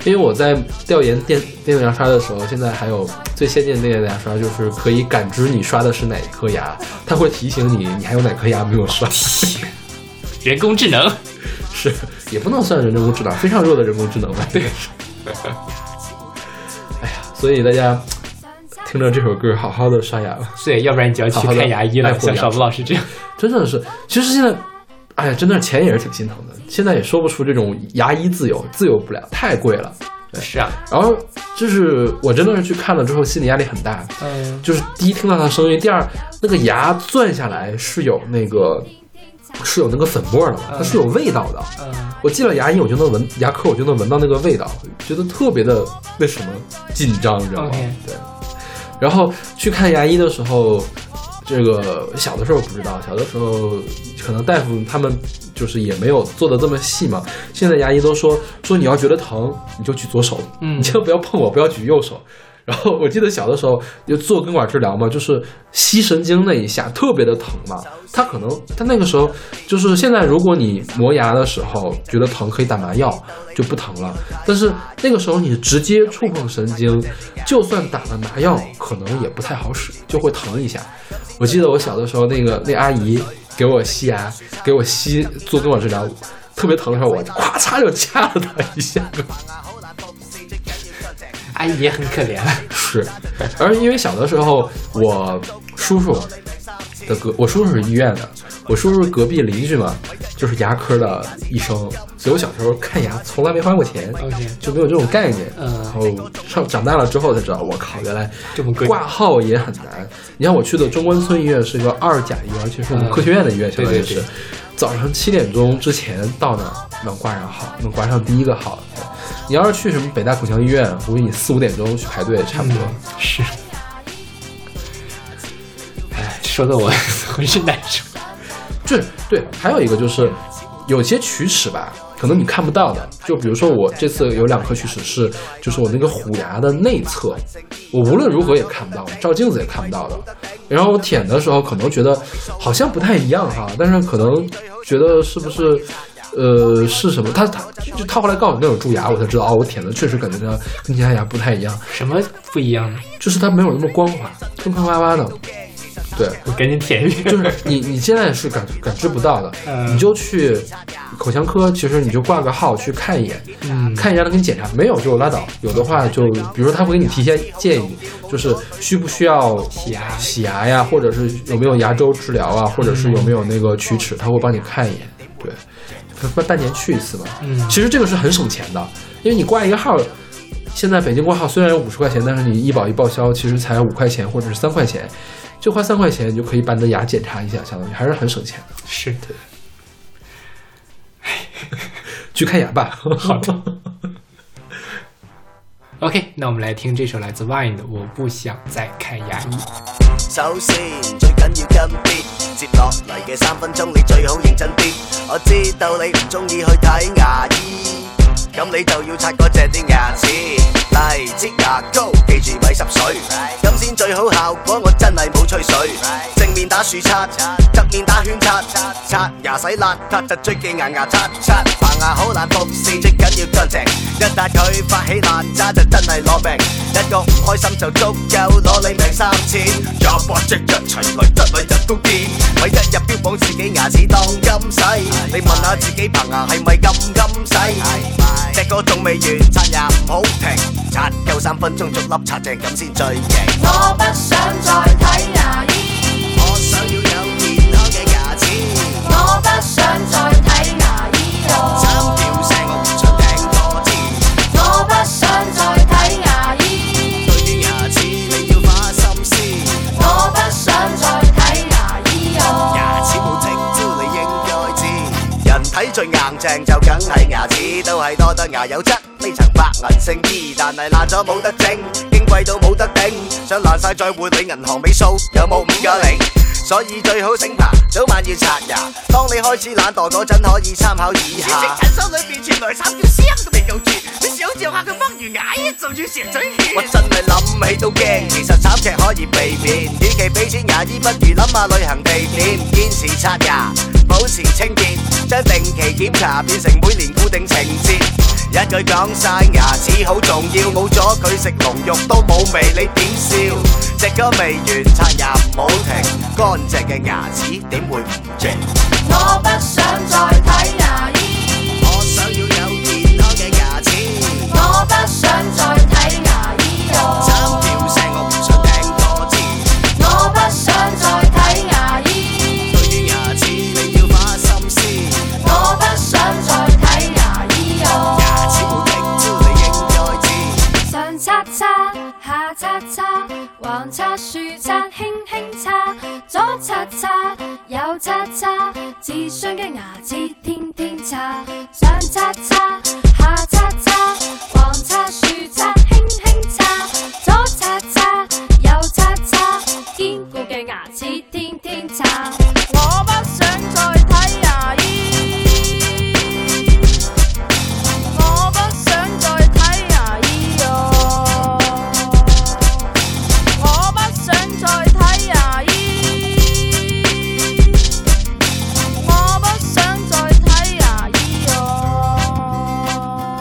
因为我在调研电电动牙刷的时候，现在还有最先进的电动牙刷，就是可以感知你刷的是哪一颗牙，它会提醒你你还有哪颗牙没有刷。 人工智能是也不能算人工智能，非常弱的人工智能吧？对。哎呀，所以大家听着这首歌，好好的刷牙吧。 对，要不然你就要去看牙医了，像少子老师这样。 真的是，其实现在，哎呀，真的钱也是挺心疼的。现在也说不出这种牙医自由，自由不了，太贵了。 是啊， 然后就是我真的是去看了之后，心理压力很大。 嗯， 就是第一听到他的声音，第二那个牙钻下来是有那个是有那个粉末的嘛，它是有味道的。 嗯， 我进了牙医，我就能闻牙科，我就能闻到那个味道，觉得特别的那什么紧张，你知道吗？ Okay. 对。然后去看牙医的时候，这个小的时候不知道，小的时候可能大夫他们就是也没有做的这么细嘛。现在牙医都说说你要觉得疼，你就举左手， 嗯， 你千万不要碰我，不要举右手。然后我记得小的时候就做根管治疗嘛，就是吸神经那一下特别的疼嘛。他可能他那个时候就是现在，如果你磨牙的时候觉得疼，可以打麻药就不疼了。但是那个时候你直接触碰神经，就算打了麻药，可能也不太好使，就会疼一下。我记得我小的时候，那个那阿姨给我吸牙，给我吸做根管治疗，特别疼的时候，我咵嚓就掐了她一下。 阿姨也很可怜， 是，而因为小的时候，我叔叔的隔，我叔叔是医院的，我叔叔隔壁邻居嘛，就是牙科的医生，所以我小时候看牙从来没花过钱， OK， 就没有这种概念。 嗯， 然后上长大了之后才知道，我靠，原来这么贵， 挂号也很难。你看我去的中关村医院是一个二甲医院，而且是我们科学院的医院，相当于是。 对对对， 早上七点钟之前到那儿能挂上号，能挂上第一个号。你要是去什么北大口腔医院，我估计你四五点钟去排队差不多。 嗯、是，哎，说的我浑身难受。 对对，还有一个就是有些龋齿吧，可能你看不到的，就比如说我这次有两颗龋齿是，就是我那个虎牙的内侧，我无论如何也看不到，照镜子也看不到的。然后我舔的时候可能觉得好像不太一样哈，但是可能觉得是不是呃是什么？他他就他后来告诉我那有蛀牙，我才知道哦，我舔的确实感觉到跟其他牙不太一样。 什么不一样呢？ 就是它没有那么光滑，坑坑洼洼的。对， 我赶紧舔一遍。 就是你你现在是感感知不到的， 嗯、 你就去口腔科，其实你就挂个号去看一眼， 嗯， 看一眼他给你检查，没有就拉倒，有的话就比如说他会给你提些建议，就是需不需要洗牙洗牙呀，或者是有没有牙周治疗啊，或者是有没有那个龋齿，他会帮你看一眼。对，半年去一次嘛， 嗯， 其实这个是很省钱的，因为你挂一个号。现在北京挂号虽然有五十块钱，但是你医保一报销，其实才五块钱或者是三块钱，就花三块钱，你就可以把你的牙检查一下，相当于还是很省钱的。 是的， 去看牙吧。 好的。OK， 那我们来聽這首來自 Vine 的《我不想再看牙醫》。 首先最緊要跟 beat， 接落嚟嘅三分鐘你最好認真啲。我知道你唔中意去睇牙醫。咁你就要刷嗰隻啲牙齒，嚟支牙膏，記住咪十歲，咁先最好效果。我真係冇吹水，正面打豎刷，側面打圈刷，刷牙洗邋遢就最忌硬牙刷刷，棚牙好難服侍，最緊要乾淨。一笪佢發起邋遢就真係攞命，一個唔開心就足夠攞你命三千。廿八隻一齊嚟得嚟日都見，咪一日標榜自己牙齒當金使，你問下自己棚牙係咪咁金使？隻歌仲未完，刷牙唔好停，刷夠三分鐘逐粒刷正咁先最型。 我不想再睇牙醫， 我想要有健康嘅牙齒。 我不想再睇牙醫哦。 慘叫聲我唔想聽多次。 我不想再睇牙醫， 對啲牙齒你要花心思。 我不想再睇牙醫哦。 牙齒冇剔招你應該知，人體最硬淨就梗係牙齒，都係多得牙有質，呢層白銀聖衣，但係爛咗冇得整，矜貴到冇得頂，想爛晒再換你銀行尾數有冇五個零？所以最好醒爬，早晚要刷牙。當你開始懶惰嗰陣，可以參考以下。診所裏邊傳來慘叫聲都未夠住，你想象下佢剝完牙醫仲要蛇嘴血。我真係諗起都驚，其實慘劇可以避免。與其俾錢牙醫，不如諗下旅行地點，堅持刷牙。 保持清潔，將定期檢查變成每年固定情節。一句講晒牙齒好重要，冇咗佢食龍肉都冇味，你點笑？食咗未完刷牙唔好停，乾淨嘅牙齒點會唔淨？ 我不想再睇牙醫， 我想要有健康嘅牙齒。 我不想再睇牙醫哦。 慘叫聲我唔想聽多次。 我不想再睇牙醫， 對於牙齒你要花心思。 我不想再睇牙醫哦。 牙齒冇剔招你應該知。 上擦擦，下擦擦，橫擦豎擦，輕輕擦，左擦擦，右擦擦，自信嘅牙齒天天擦。上擦擦，下擦擦，橫擦豎擦，輕輕擦，左擦擦，右擦擦，堅固嘅牙齒天天擦。我不想再睇牙醫，我不想再睇牙醫哦。我不想再睇牙醫，我不想再睇牙醫哦。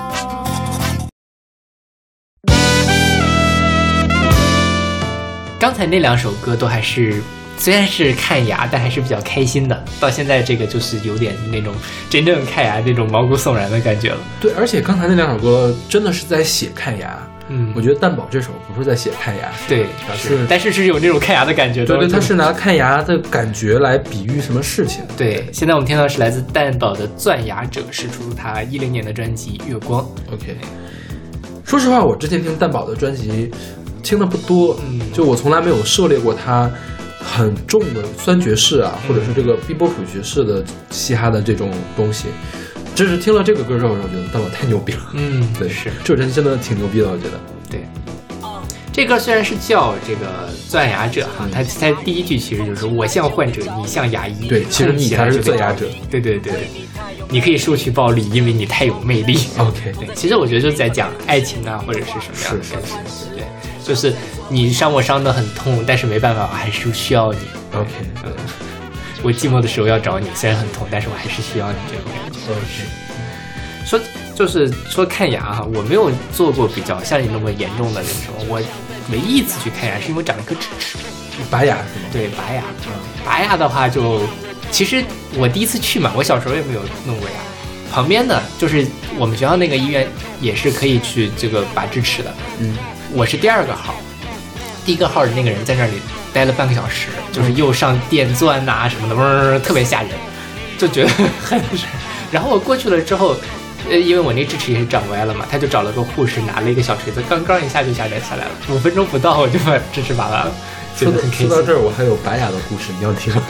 刚才那两首歌都还是虽然是看牙，但还是比较开心的。到现在这个就是有点那种真正看牙那种毛骨悚然的感觉了。 对，而且刚才那两首歌真的是在写看牙。 嗯， 我觉得蛋堡这首不是在写看牙， 对， 是， 但是是有那种看牙的感觉的。 对对，他是拿看牙的感觉来比喻什么事情。 对，现在我们听到的是来自蛋堡的《钻牙者》，是出自他一零年的专辑《月光》。 OK， 说实话，我之前听蛋堡的专辑听的不多， 嗯， 就我从来没有涉猎过他很重的酸爵士啊，或者是这个碧波普爵士的嘻哈的这种东西。只是听了这个歌之后，我觉得蛋堡太牛逼了。 嗯， 对， 是， 这人真的挺牛逼的，我觉得。 对，这歌虽然是叫这个钻牙者哈，它它第一句其实就是我像患者，你像牙医。 对，其实你才是钻牙者。 对对对，你可以收取暴利，因为你太有魅力。 OK， 对，其实我觉得就是在讲爱情啊，或者是什么样的是是是， 对，就是你伤我伤得很痛，但是没办法，我还是需要你。 OK， 嗯，我寂寞的时候要找你，虽然很痛，但是我还是需要你这种感觉。 OK， 说就是说看牙哈，我没有做过比较像你那么严重的那种。我唯一一次去看牙是因为长了一颗智齿， 拔牙是吗？ 对，拔牙。嗯，拔牙的话就，其实我第一次去嘛，我小时候也没有弄过牙。旁边的就是我们学校那个医院也是可以去这个拔智齿的。 嗯， 我是第二个号，第一个号的那个人在那里待了半个小时，就是又上电钻呐、啊、什么的，嗡、呃，特别吓人，就觉得很。然后我过去了之后，呃，因为我那智齿也是长歪了嘛，他就找了个护士，拿了一个小锤子，刚刚一下就下来下来了，五分钟不到我就把智齿拔完了，觉得很开心。 说到这儿，我还有拔牙的故事，你要听吗？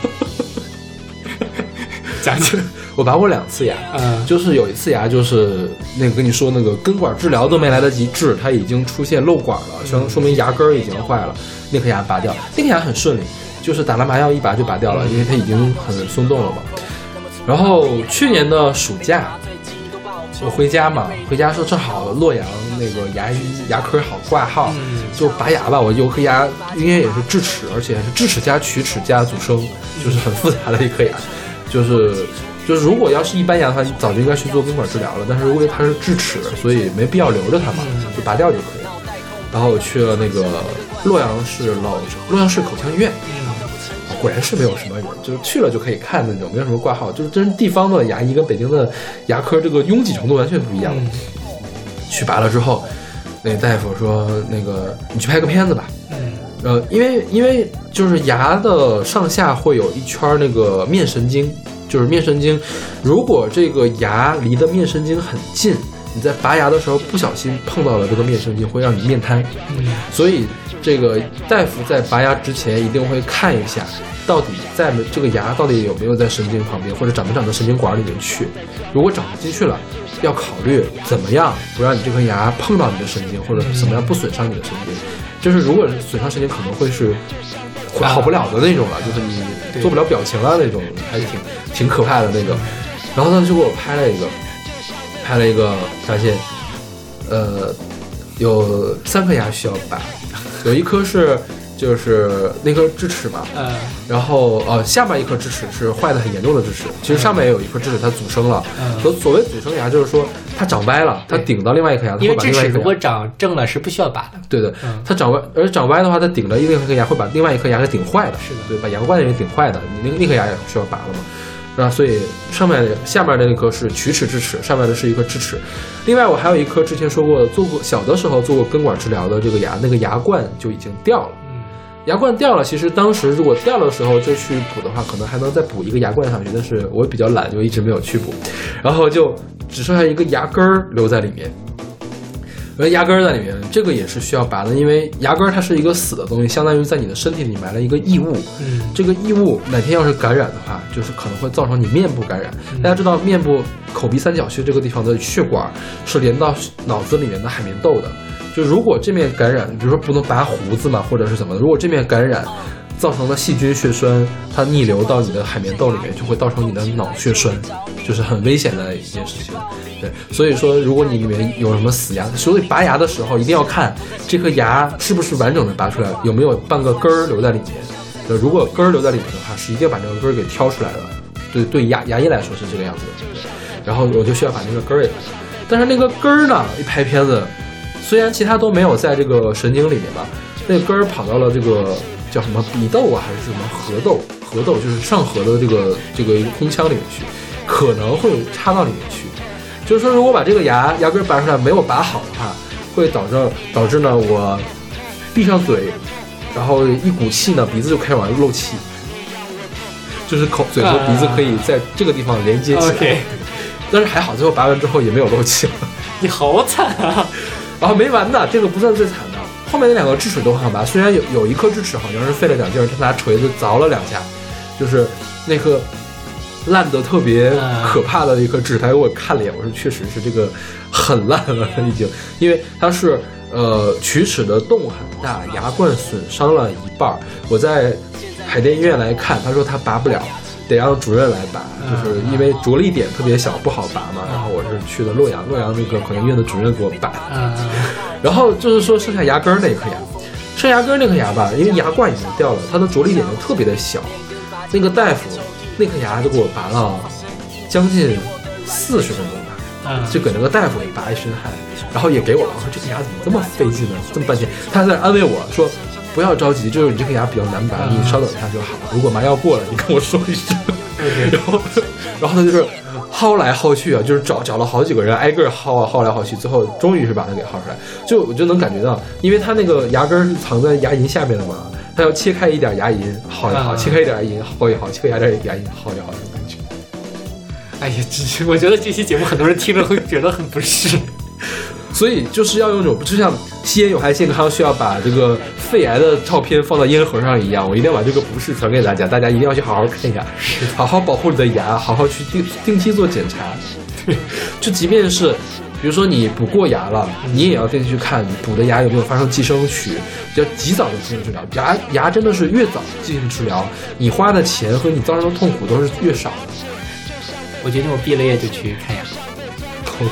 讲讲。 我拔过两次牙， 嗯， 就是有一次牙就是那个跟你说那个根管治疗都没来得及治，它已经出现漏管了，说说明牙根已经坏了，那颗牙拔掉，那颗牙很顺利，就是打了麻药一拔就拔掉了，因为它已经很松动了嘛。然后去年的暑假，我回家嘛，回家说正好洛阳那个牙医牙科好挂号，就拔牙吧。我有颗牙，因为也是智齿，而且是智齿加龋齿加阻生，就是很复杂的一颗牙，就是就是如果要是一般牙的话，你早就应该去做根管治疗了。但是因为它是智齿，所以没必要留着它嘛，就拔掉就可以了。然后我去了那个洛阳市老洛阳市口腔医院。果然是没有什么人，就是去了就可以看那种，没有什么挂号，就是真是地方的牙医跟北京的牙科这个拥挤程度完全不一样。嗯、去拔了之后，那个大夫说：“那个你去拍个片子吧。”嗯，呃，因为因为就是牙的上下会有一圈那个面神经，就是面神经，如果这个牙离的面神经很近，你在拔牙的时候不小心碰到了这个面神经，会让你面瘫。嗯，所以这个大夫在拔牙之前一定会看一下。到底在这个牙到底有没有在神经旁边，或者长没长到神经管里面去？如果长不进去了，要考虑怎么样不让你这颗牙碰到你的神经，或者怎么样不损伤你的神经。就是如果损伤神经，可能会是好不了的那种了，就是你做不了表情了那种，还是挺挺可怕的那种。然后他就给我拍了一个，拍了一个，发现，呃，有三颗牙需要拔，有一颗是。 就是那颗智齿嘛， 嗯， 然后呃下面一颗智齿是坏的很严重的智齿，其实上面也有一颗智齿它阻生了。 嗯， 所所谓阻生牙就是说它长歪了，它顶到另外一颗牙，它因为智会把另外一颗牙。 齿如果长正了是不需要拔的。 对的， 嗯它长歪，而长歪的话，它顶着另一颗牙会把另外一颗牙给顶坏的。 是的对，把牙冠给顶坏的，你那那颗牙也需要拔了嘛。那所以上面下面的那颗是龋齿智齿，上面的是一颗智齿。另外我还有一颗之前说过的，做过小的时候做过根管治疗的这个牙，那个牙冠就已经掉了。 嗯， 牙冠掉了，其实当时如果掉的时候就去补的话，可能还能再补一个牙冠上去，但是我比较懒，就一直没有去补，然后就只剩下一个牙根儿留在里面。而牙根儿在里面，这个也是需要拔的，因为牙根儿它是一个死的东西，相当于在你的身体里埋了一个异物。 嗯， 这个异物哪天要是感染的话，就是可能会造成你面部感染。 嗯、 大家知道，面部口鼻三角区这个地方的血管是连到脑子里面的海绵窦的。就如果这面感染，比如说不能拔胡子嘛，或者是怎么的，如果这面感染造成的细菌血栓，它逆流到你的海绵窦里面，就会造成你的脑血栓，就是很危险的一件事情。对，所以说如果你里面有什么死牙，所以拔牙的时候一定要看这颗牙是不是完整的拔出来，有没有半个根儿留在里面。对，如果根儿留在里面的话，是一定要把这个根儿给挑出来的。对，对牙牙医来说是这个样子的。然后我就需要把那个根儿也拔，但是那个根儿呢，一拍片子，虽然其他都没有在这个神经里面吧，那个根儿跑到了这个叫什么鼻窦啊，还是什么颌窦？颌窦就是上颌的这个这个一个空腔里面去，可能会插到里面去。就是说，如果把这个牙牙根拔出来没有拔好的话，会导致导致呢我闭上嘴，然后一股气呢，鼻子就开始往外漏气，就是口嘴和鼻子可以在这个地方连接起来。 Uh, okay. 但是还好，最后拔完之后也没有漏气了。 你好惨啊！ 然后没完呢，这个不算最惨的，后面那两个智齿都很好拔，虽然有有一颗智齿好像是费了点劲儿，他拿锤子凿了两下，就是那颗烂得特别可怕的一颗智齿，他给我看脸，我说确实是这个很烂了已经，因为它是呃龋齿的洞很大，牙冠损伤了一半。我在海淀医院来看，他说他拔不了，得让主任来拔，就是因为着力点特别小不好拔嘛。然后我是去了洛阳，洛阳那个口腔医院的主任给我拔。然后就是说剩下牙根那颗牙，剩牙根那颗牙吧，因为牙冠已经掉了，它的着力点就特别的小，那个大夫那颗牙就给我拔了将近四十分钟吧，就给那个大夫给拔一身汗，然后也给我了，我说这个牙怎么这么费劲呢？这么半天，他还在安慰我说不要着急，就是你这颗牙比较难拔，你稍等一下就好。如果麻药过了，你跟我说一声。然后，然后他就是薅来薅去啊，就是找找了好几个人挨个薅啊，薅来薅去，最后终于是把它给薅出来。就我就能感觉到，因为他那个牙根是藏在牙龈下面的嘛，他要切开一点牙龈薅一薅，切开一点牙龈薅一薅，切开一点牙龈薅一薅的感觉。 哎呀，这我觉得这期节目很多人听着会觉得很不适。 所以就是要用这种，就像吸烟有害健康需要把这个肺癌的照片放到烟盒上一样，我一定要把这个不适传给大家，大家一定要去好好看牙，好好保护你的牙，好好去定定期做检查。就即便是比如说你补过牙了，你也要定期去看你补的牙有没有发生寄生曲，要及早的进行治疗。牙牙真的是越早进行治疗，你花的钱和你造成的痛苦都是越少的。 我决定我毕了业就去看牙。 OK。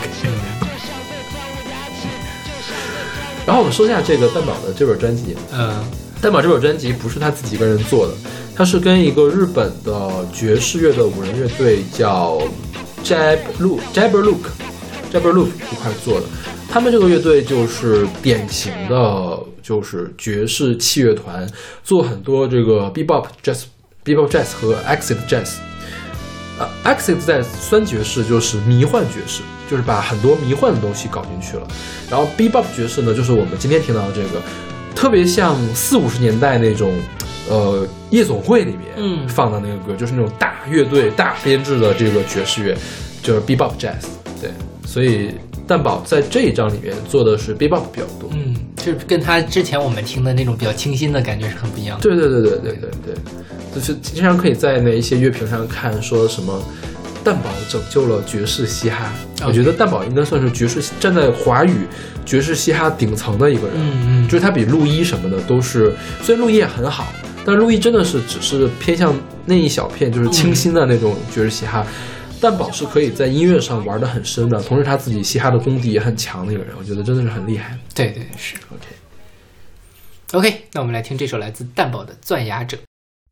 然后我们说一下这个蛋宝的这本专辑。 嗯， 蛋宝这本专辑不是他自己一个人做的，他是跟一个日本的爵士乐的五人乐队叫 Jab Look Jabberlook Jabberlook 一块做的。他们这个乐队就是典型的就是爵士器乐团，做很多这个 bebop jazz bebop jazz 和 acid jazz。呃 acid jazz 酸爵士就是迷幻爵士，就是把很多迷幻的东西搞进去了。然后 bebop 爵士呢，就是我们今天听到的这个，特别像四五十年代那种，呃，夜总会里面放的那个歌，嗯、就是那种大乐队、大编制的这个爵士乐，就是 bebop jazz。对，所以蛋宝在这一章里面做的是 bebop 比较多。 嗯，就是跟他之前我们听的那种比较清新的感觉是很不一样的。 对对对对对对对，就是经常可以在那一些乐评上看说什么。蛋宝拯救了爵士嘻哈， okay. 我觉得蛋宝应该算是爵士站在华语爵士嘻哈顶层的一个人， 嗯嗯， 就是他比陆一什么的都是，虽然陆一也很好，但陆一真的是只是偏向那一小片就是清新的那种爵士嘻哈，嗯、蛋宝是可以在音乐上玩得很深的，同时他自己嘻哈的功底也很强的一个人，我觉得真的是很厉害。 对对是 OK。 OK， 那我们来听这首来自蛋堡的《钻牙者》。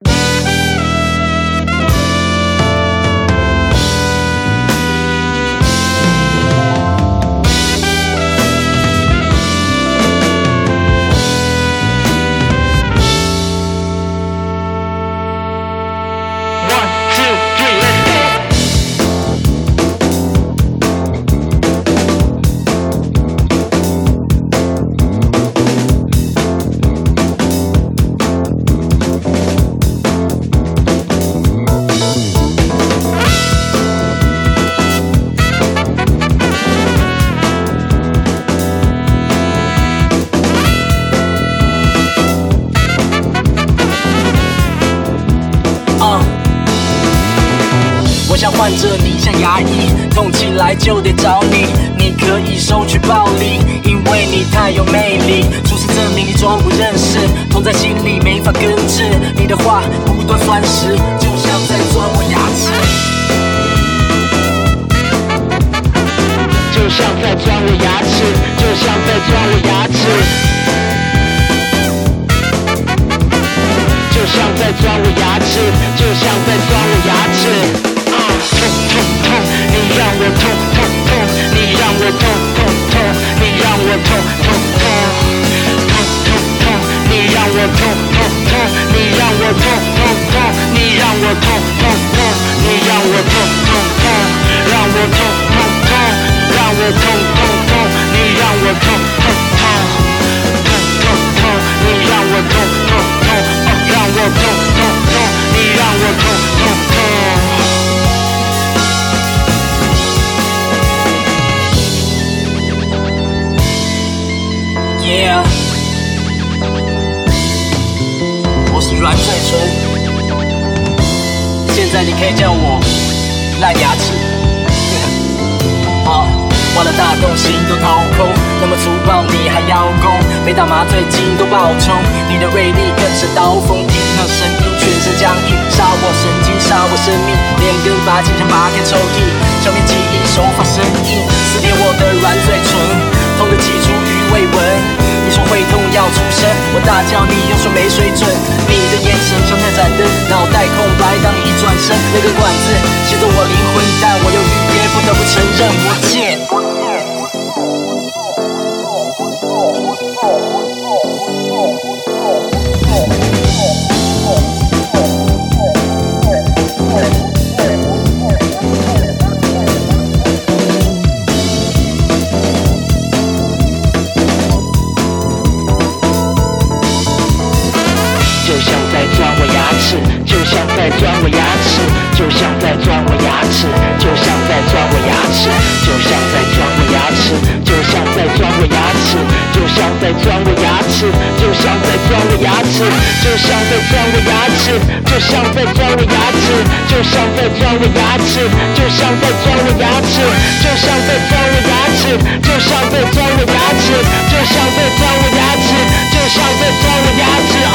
患者你像牙医，痛起来就得找你，你可以收取暴利，因为你太有魅力。出示证明你装不认识，痛在心里没法根治，你的话不断酸蚀，就像在钻我牙齿，就像在钻我牙齿，就像在钻我牙齿，就像在钻我牙齿，就像在钻我牙齿。痛痛痛，你让我痛痛痛，你让我痛痛痛，你让我痛痛痛，痛痛痛，你让我痛痛痛，你让我痛痛痛，你让我痛痛痛，你让我痛痛痛，让我痛痛痛，让我痛痛痛，你让我痛痛痛，痛痛痛，你让我痛痛痛，让我痛痛痛，你让我痛痛痛。Yeah， 我是软嘴唇，现在你可以叫我烂牙齿。啊，挖了大洞，心都掏空，那么粗暴你还邀功，被打麻醉筋都爆冲，你的锐利更是刀锋，听那声音全身僵硬，杀我神经，杀我生命，连根拔起想拔开抽屉，消灭记忆，手法生硬，撕裂我的软嘴唇，痛得起初余未闻。你说会痛要出声，我大叫你又说没水准，你的眼神像在盏灯，脑袋空白，当你一转身，那根管子吸走我灵魂，但我犹豫也不得不承认我贱。就像在钻我牙齿，就像在钻我牙齿，就像在钻我牙齿，就像在钻我牙齿，就像在钻我牙齿，就像在钻我牙齿，就像在钻我牙齿，就像在钻我牙齿，就像在钻我牙齿，就像在钻我牙齿，就像在钻我牙齿，就像在钻我牙齿，就像在钻我牙齿，就像在钻我牙齿，就像在钻我牙齿，就像在钻我牙齿啊！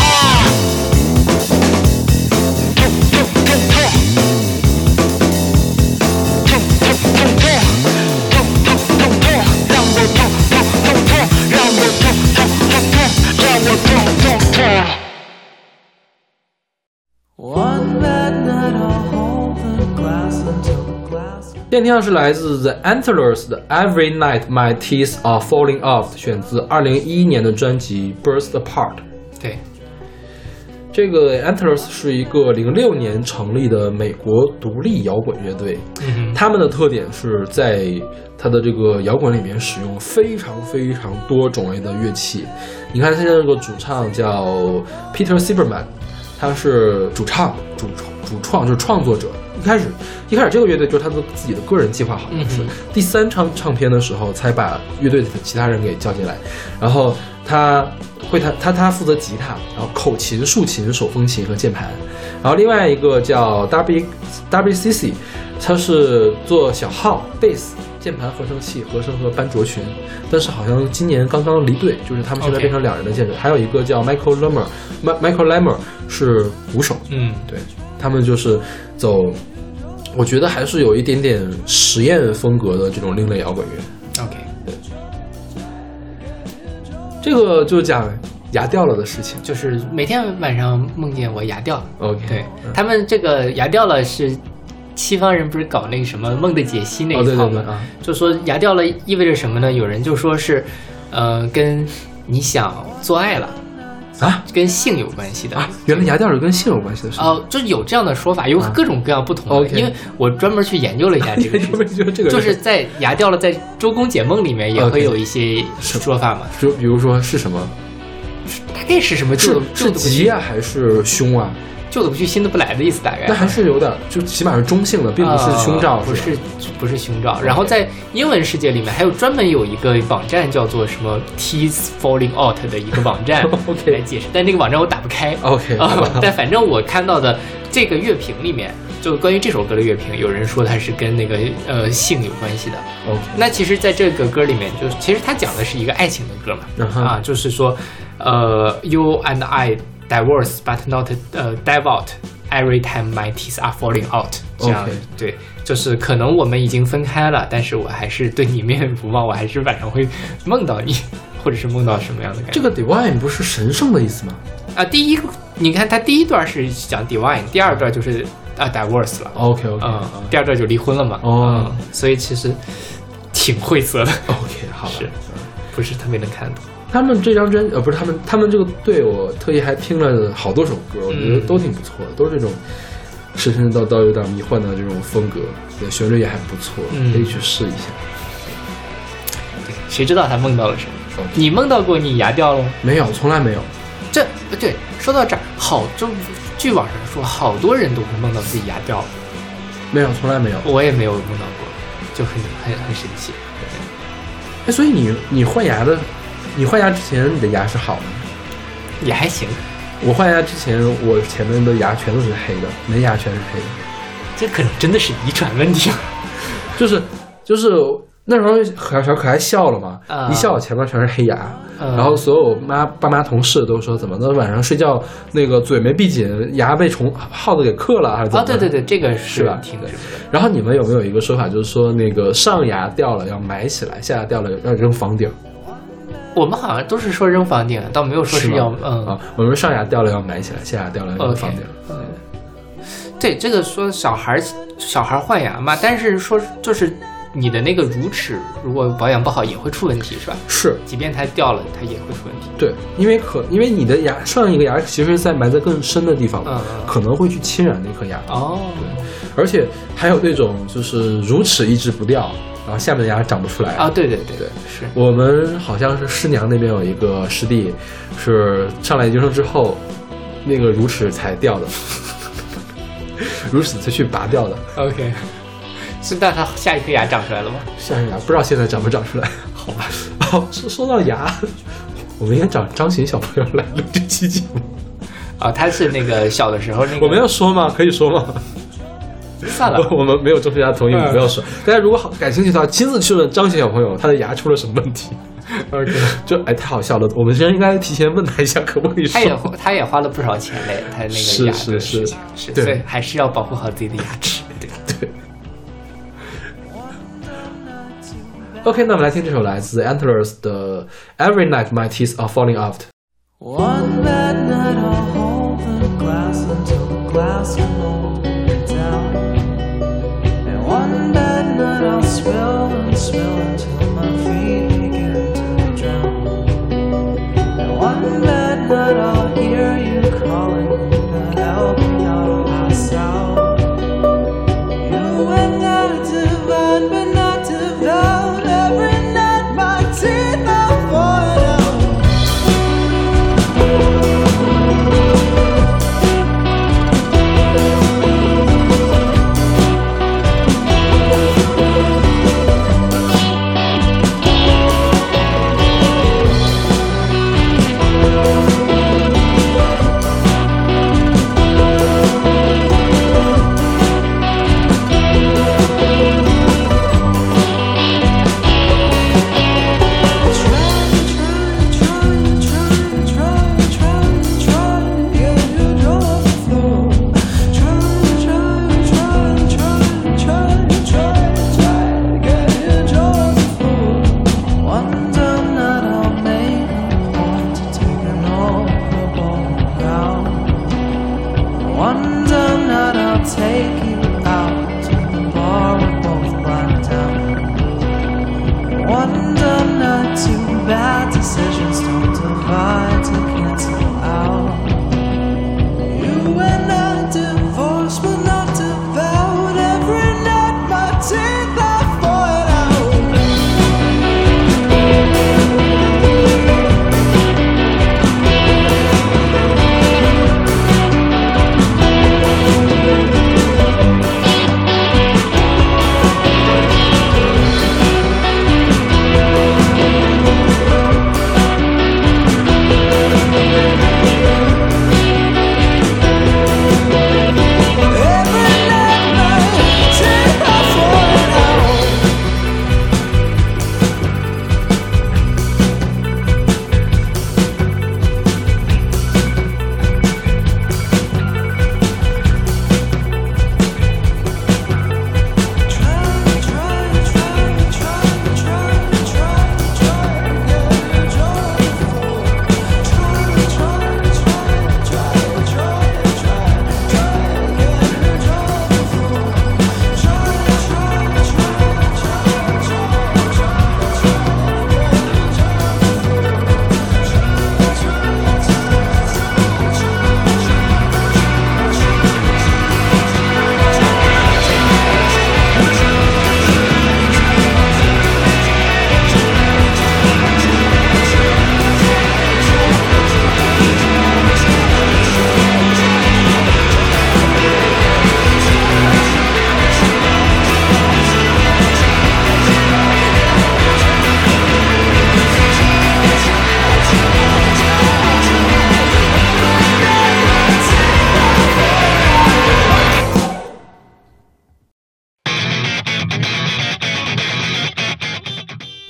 电听是来自 The Antlers 的 Every Night My Teeth Are Falling Off， 选自二零一一年的专辑 Burst Apart。 对， 这个 Antlers 是一个零六年成立的美国独立摇滚乐队， 嗯， 他们的特点是在他的这个摇滚里面使用非常非常多种类的乐器。你看现在这个主唱叫 Peter Silverman， 他是主唱主主创就是创作者。一开始一开始这个乐队就是他的自己的个人计划，好像是、嗯、第三张唱片的时候才把乐队的其他人给叫进来，然后他会弹他他负责吉他，然后口琴、竖琴、手风琴和键盘，然后另外一个叫 W W C C， 他是做小号、贝斯、键盘、合成器、和声和班卓群，但是好像今年刚刚离队，就是他们现在变成两人的键盘。Okay. 还有一个叫 Michael Lemmer，Michael Lemmer 是鼓手， 嗯， 对，他们就是走，我觉得还是有一点点实验风格的这种另类摇滚乐。 OK， 对，这个就讲牙掉了的事情。 就是每天晚上梦见我牙掉了。 OK， 对、嗯、他们这个牙掉了是西方人不是搞那个什么梦的解析那一套吗？哦、 对对对啊， 就说牙掉了意味着什么呢？有人就说是，呃，跟你想做爱了。 啊， 跟性有关系的啊！原来牙掉是跟性有关系的事情。 哦、呃，就有这样的说法，有各种各样不同的。 啊、 因为我专门去研究了一下这个事情， 这个就是在牙掉了，在周公解梦里面也会有一些说法嘛。 就比如说是什么？ 大概是什么？ 是是吉啊，还是凶啊？ 旧的不去，新的不来的意思，大概。 那还是有点，就起码是中性的，并不是凶兆， 呃、不是不是凶兆。然后在英文世界里面，还有专门有一个网站叫做什么 Teeth Falling Out 的一个网站 ，OK 来解释，但那个网站我打不开 ，OK 啊、呃。但反正我看到的这个乐评里面，就关于这首歌的乐评，有人说它是跟那个呃性有关系的。 OK， 那其实在这个歌里面，就其实它讲的是一个爱情的歌嘛， uh-huh. 啊，就是说，呃 ，You and I divorce, but not 呃 dive out. Every time my teeth are falling out， 这样、okay. 对，就是可能我们已经分开了，但是我还是对你念念不忘，我还是晚上会梦到你，或者是梦到什么样的感觉。 这个 divine 不是神圣的意思吗？ 啊，第一个你看它第一段是讲 divine， 第二段就是啊 divorce 了。 OK OK， 嗯，第二段就离婚了嘛。 哦、 嗯，所以其实挺晦涩的。 OK， 好， 是，不是特别能看懂。 他们这张专呃不是他们他们这个队，我特意还听了好多首歌，我觉得都挺不错的，嗯、都是这种神神叨叨有点迷幻的这种风格，旋律也还不错， 嗯、 可以去试一下。 谁知道他梦到了什么？ Okay. 你梦到过你牙掉了吗？ 没有，从来没有。 这对，说到这儿，好，就据网上说，好多人都会梦到自己牙掉了。 没有，从来没有， 我也没有梦到过，就很很很神奇。 哎，所以你你换牙的。你换牙之前，你的牙是好的， 也还行。 我换牙之前，我前面的牙全都是黑的，门牙全是黑的。 这可能真的是遗传问题。 就是就是那时候小小可爱笑了嘛， 呃、 一笑我前面全是黑牙， 呃、 然后所有妈爸妈同事都说怎么的晚上睡觉那个嘴没闭紧，牙被虫耗子给嗑了还是怎么？ 啊，对对对，这个是吧？ 听的。 然后你们有没有一个说法，就是说那个上牙掉了要埋起来，下牙掉了要扔房顶？ 我们好像都是说扔房顶，倒没有说是要是嗯啊，我们上牙掉了要埋起来，下牙掉了要扔房顶。 嗯，对，这个说小孩小孩换牙嘛，但是说就是你的那个乳齿如果保养不好也会出问题，是吧？ 是， 即便它掉了，它也会出问题。 对，因为可因为你的牙上一个牙其实在埋在更深的地方， 嗯， 可能会去侵染那颗牙。 哦， 对，而且还有那种就是乳齿一直不掉。然后下面的牙长不出来啊！对对对对， 是我们好像是师娘那边有一个师弟，是上来研究生之后，那个乳齿才掉的，乳齿才去拔掉的。 OK， 是那他下一颗牙长出来了吗？ 下一颗牙不知道现在长不长出来。 好吧。 哦，说说到牙，我们应该找张琴小朋友来录这期节目。 啊，他是那个小的时候那个。 我们要说吗？可以说吗？ 算了， 我们没有正式家同意，我们不要说。大家如果好感兴趣的话，亲自去问张琴小朋友，他的牙出了什么问题。OK， 就哎，太好笑了。我们真应该提前问他一下，可不可以说？ 他也他也花了不少钱嘞，他那个牙是是是是，所以还是要保护好自己的牙齿。对对。OK， 那我们来听这首来自 Antlers 的 Every Night My Teeth Are Falling Out。One bad night I'll hold the glass until the glass can roll down. And one bad night I'll spill and spill until my feet begin to drown. And one bad night I'll hear you calling to help me out of pass out. You and I divine but not devout. Every night my teeth are falling out.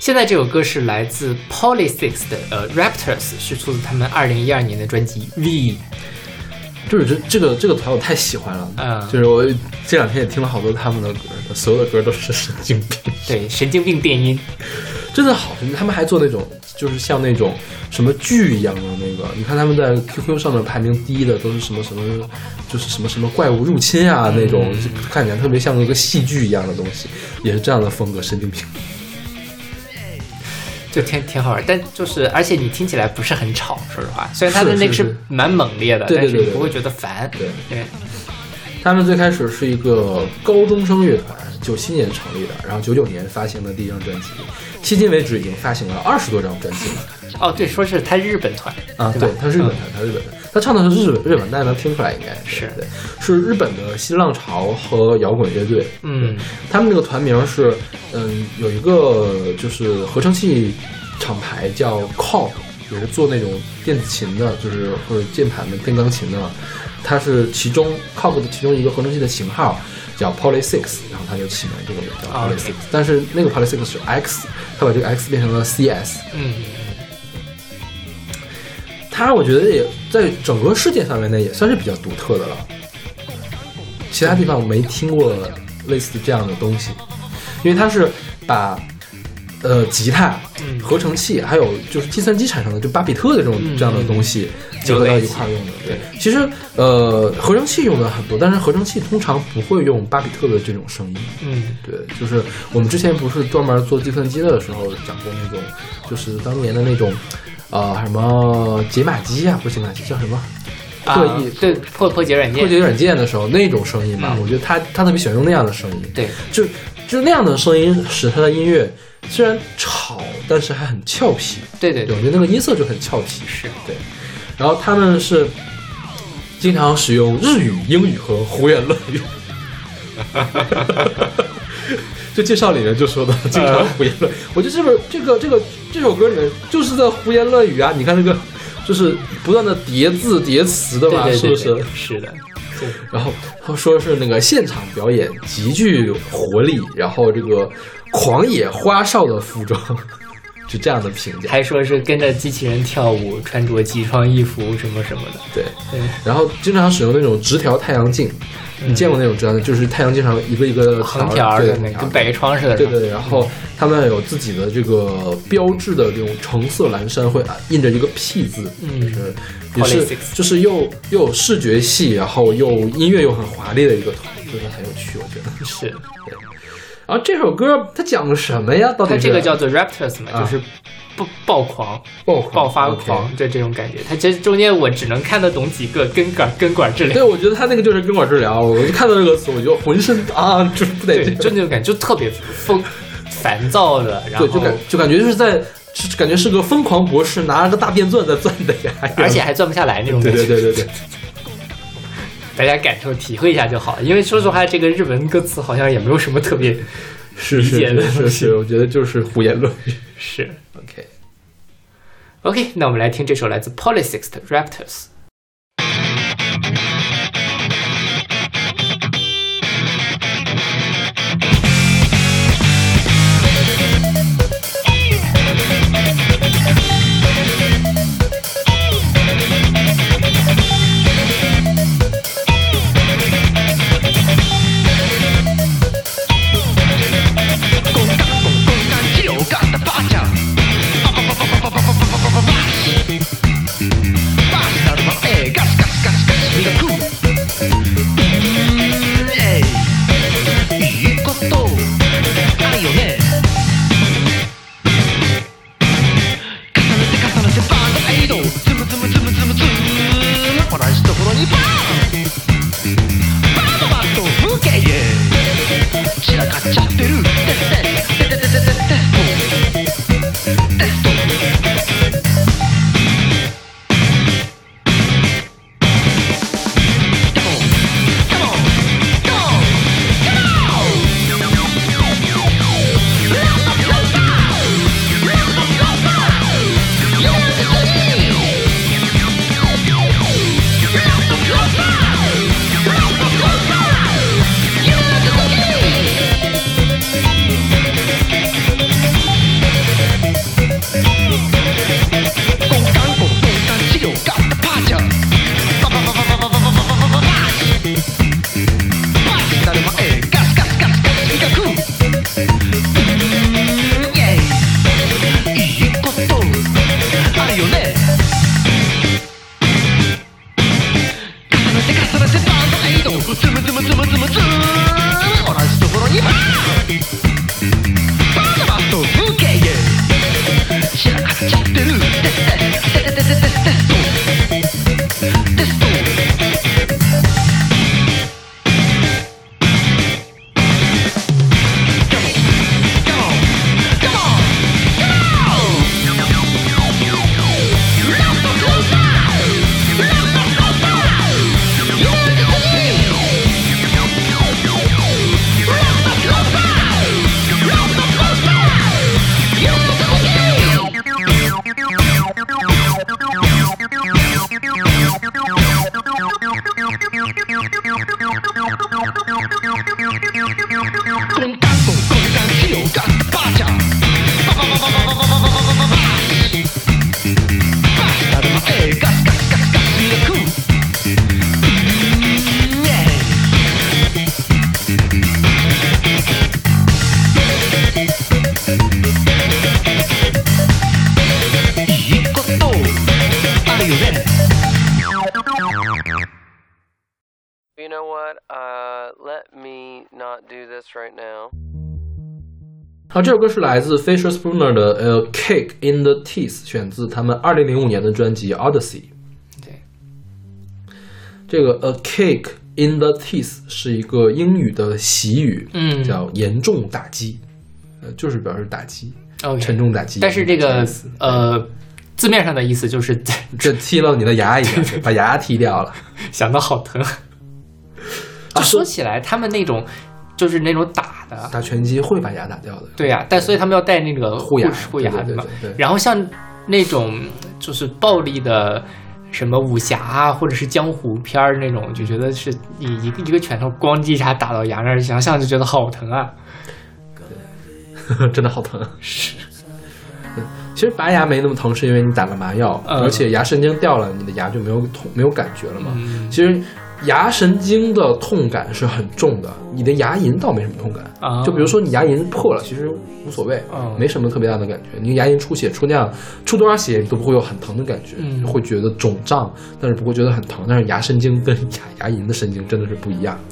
现在这首歌是来自 Polysics 的呃 Raptors， 是出自他们二零一二年的专辑 V。 就是这这个这个团我太喜欢了， 嗯， 就是我这两天也听了好多他们的歌，所有的歌都是神经病， 对，神经病电音， 真的好神经。他们还做那种就是像那种什么剧一样的那个，你看他们在 Q Q 上面排名第一的都是什么什么，就是什么什么怪物入侵啊那种，嗯、看起来特别像一个戏剧一样的东西，也是这样的风格，神经病。 就挺挺好玩，但就是而且你听起来不是很吵，说实话。虽然他的那个是蛮猛烈的， 对对对对， 但是你不会觉得烦。 对对。 他们最开始是一个高中生乐团，九七年成立的，然后九九年发行的第一张专辑，迄今为止已经发行了二十多张专辑了。 哦，对，说是他日本团啊，对，他是日本团，他、嗯、日本团，他唱的是日本日本，大家能听出来应该是对，是日本的新浪潮和摇滚乐队。 嗯， 他们这个团名是，嗯，有一个就是合成器厂牌叫 C O P， 也是做那种电子琴的，就是或者键盘的电钢琴的。它是其中 C O P 的其中一个合成器的型号叫 Polysics， 然后它就起名这个名叫 Polysics，、oh, okay. 但是那个 Polysics 是 X， 它把这个 X 变成了 C S。 嗯。 它我觉得也在整个世界范围内也算是比较独特的了，其他地方没听过类似这样的东西，因为它是把呃吉他、合成器还有就是计算机产生的就巴比特的这种、嗯、这样的东西结合到一块用的。对，其实呃合成器用的很多，但是合成器通常不会用巴比特的这种声音。 嗯， 对，就是我们之前不是专门做计算机的时候讲过那种，就是当年的那种。呃，什么解码机啊，不是解码机，叫什么？破译、 啊、对破破解软件， 破解软件的时候那种声音嘛， 嗯、 我觉得他他特别喜欢用那样的声音。 对， 就就那样的声音使他的音乐虽然吵，但是还很俏皮。 对对 对, 对，我觉得那个音色就很俏皮。 是对，然后他们是经常使用日语、英语和胡言乱语。就介绍里面就说的经常胡言乱语，我觉得这本这个这个这首歌里面就是在胡言乱语啊！你看这个就是不断的叠字叠词的嘛， 对对对对是不是？ 是的。 然后说是那个现场表演极具活力，然后这个狂野花哨的服装，是这样的评价。 还说是跟着机器人跳舞，穿着奇装异服什么什么的。 对， 对， 然后经常使用那种直条太阳镜。你见过那种这样的，就是太阳镜上一个一个横条的那个，跟百叶窗似的。 对对对，然后他们有自己的这个标志的这种橙色蓝山，会印着一个 P 字， 嗯， 就是也是就是又又有视觉系，然后又音乐又很华丽的一个团，就是很有趣，我觉得是。 对。然后这首歌它讲了什么呀？到底它这个叫做 Raptors 嘛，啊、就是。爆爆狂、 爆狂爆发狂，这、okay. 这种感觉。它其实中间我只能看得懂几个根管根管治疗。 对，我觉得他那个就是根管治疗。我就看到这个词，我就浑身啊，就是不得劲， 就那种感觉，就特别疯、烦躁的。然后对，就感就感觉就是在，就感觉是个疯狂博士拿着个大电钻在钻的牙， 而且还钻不下来那种感觉。 对对对对对。 大家感受体会一下就好了，因为说实话，这个日文歌词好像也没有什么特别理解的。 是是是是，我觉得就是胡言乱语。 是 OK。 OK， 那我们来听这首来自 Polysics 的 Raptors。 Basta do this right now. 好，这首歌是来自 Fisher Spooner 的《A Cake in the Teeth》，选自他们二零零五年的专辑《Odyssey》。 对，这个 A Cake in the Teeth 是一个英语的习语， 嗯， 叫严重打击，呃，就是表示打击， okay, 沉重打击。 但是这个呃，字面上的意思就是这踢了你的牙一下，把牙踢掉了， 想到好疼。就说起来，他们那种。就是那种打的， 打拳击会把牙打掉的。 对呀、啊，但所以他们要戴那个护牙， 护牙对嘛。 对对对。 然后像那种就是暴力的什么武侠啊，或者是江湖片儿那种，就觉得是你一个一个拳头咣叽一下打到牙那儿，想想就觉得好疼啊。 真的好疼。 是。 其实拔牙没那么疼，是因为你打了麻药， 嗯、 而且牙神经掉了，你的牙就没有痛，没有感觉了嘛。 嗯、 其实。牙神经的痛感是很重的，你的牙龈倒没什么痛感、 啊、 就比如说你牙龈破了，其实无所谓、 啊、 没什么特别大的感觉。你牙龈出血出那样出多少血你都不会有很疼的感觉、 嗯、 会觉得肿胀，但是不会觉得很疼。但是牙神经跟牙牙龈的神经真的是不一样。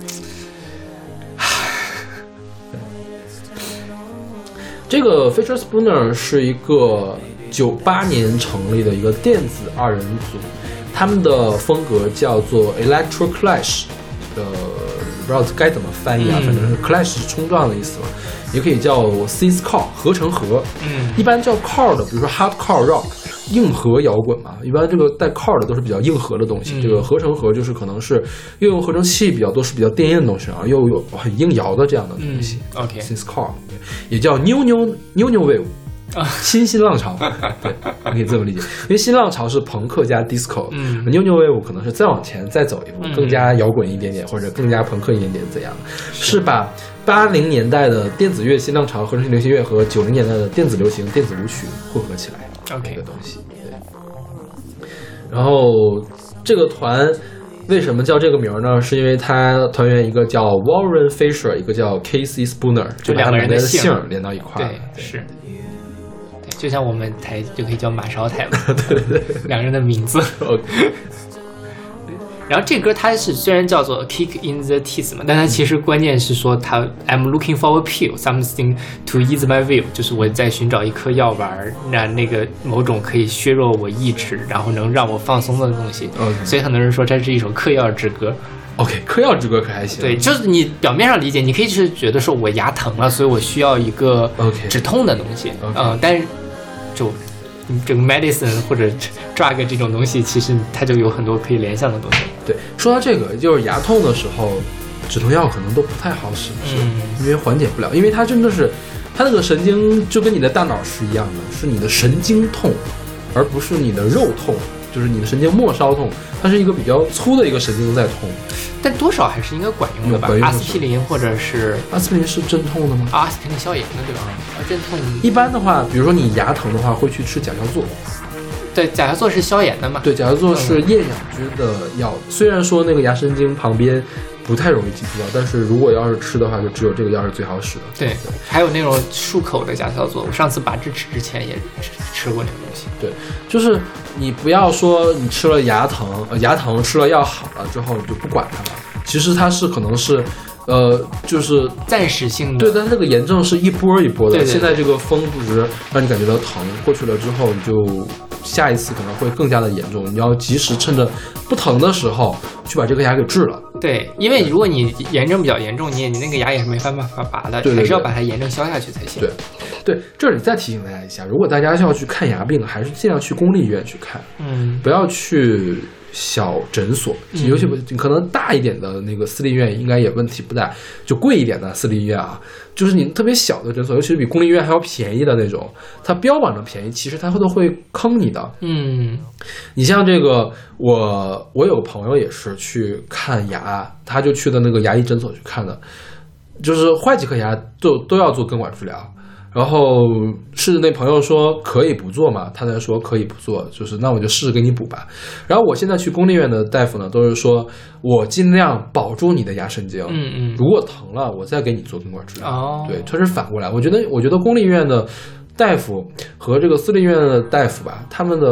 这个 Fisher Spooner 是一个九八年成立的一个电子二人组，他们的风格叫做 Electro Clash， 呃，不知道该怎么翻译啊， 嗯、 反正是 Clash 是冲撞的意思嘛，也可以叫 Synthcore 合成核。 嗯， 一般叫 core 的，比如说 Hardcore Rock 硬核摇滚嘛，一般这个带 core 的都是比较硬核的东西。 嗯、 这个合成核就是可能是又用合成器比较多，是比较电音的东西啊，又有很硬摇的这样的东西。 嗯、OK， Synthcore 也叫 New New New New Wave。新新浪潮，对，你可以这么理解，因为新浪潮是朋克加 disco， 嗯 ，New New Wave 可能是再往前再走一步， 嗯、 更加摇滚一点点，或者更加朋克一点点，怎样？是把八零年代的电子乐新浪潮、合成流行乐和九零年代的电子流行、电子舞曲混合起来，OK 的东西。对。然后这个团为什么叫这个名呢？是因为他团员一个叫 Warren Fisher， 一个叫 Casey Spooner， 就把他们两个人的姓连到一块儿。 对，是。就像我们台就可以叫马烧台嘛，对对对，两个人的名字。 OK。 然后这歌它是虽然叫做 Kick in the Teeth 嘛，但它其实关键是说它 I'm looking for a pill, something to ease my will， 就是我在寻找一颗药丸，那那个某种可以削弱我意志，然后能让我放松的东西。 Okay. 所以很多人说这是一首嗑药之歌。 OK， 嗑药之歌可还行。 对，就是你表面上理解，你可以是觉得说我牙疼了，所以我需要一个止痛的东西。 嗯、 okay. 呃，但是就这个 medicine 或者 drug 这种东西，其实它就有很多可以联想的东西。 对，说到这个，就是牙痛的时候，止痛药可能都不太好使，是、嗯、因为缓解不了，因为它真的是，它那个神经就跟你的大脑是一样的，是你的神经痛，而不是你的肉痛，就是你的神经末梢痛，它是一个比较粗的一个神经在痛。 但多少还是应该管用的吧？阿司匹林或者是阿司匹林是镇痛的吗？ 阿司匹林消炎的，对吧？啊，镇痛。 一般的话，比如说你牙疼的话，会去吃甲硝唑。 对，甲硝唑是消炎的嘛？ 对，甲硝唑是厌氧菌的药。嗯、虽然说那个牙神经旁边不太容易进去药，但是如果要是吃的话，就只有这个药是最好使的。 对，对还有那种漱口的甲硝唑，我上次拔智齿之前也吃过那个东西。 对，就是你不要说你吃了牙疼，呃、牙疼吃了药好了之后你就不管它了，其实它是可能是。呃，就是暂时性的， 对，但这个炎症是一波一波的。 对对对， 现在这个峰值让你感觉到疼，过去了之后，你就下一次可能会更加的严重。你要及时趁着不疼的时候去把这个牙给治了。 对，因为如果你炎症比较严重，你你那个牙也是没办法拔的， 对对对， 还是要把它炎症消下去才行。 对，对，这里再提醒大家一下，如果大家要去看牙病，还是尽量去公立医院去看， 嗯， 不要去。小诊所，尤其可能大一点的那个私立医院应该也问题不大，就贵一点的私立医院啊，就是你特别小的诊所，尤其是比公立医院还要便宜的那种，它标榜着便宜，其实它都会坑你的。 嗯， 你像这个，我我有个朋友也是去看牙，他就去的那个牙医诊所去看的，就是坏几颗牙都都要做根管治疗。然后是那朋友说可以不做嘛，他才说可以不做，就是那我就试试给你补吧。然后我现在去公立医院的大夫呢，都是说我尽量保住你的牙神经， 嗯嗯， 如果疼了，我再给你做根管治疗。 哦， 对，它是反过来。我觉得，我觉得公立医院的大夫和这个私立医院的大夫吧，他们的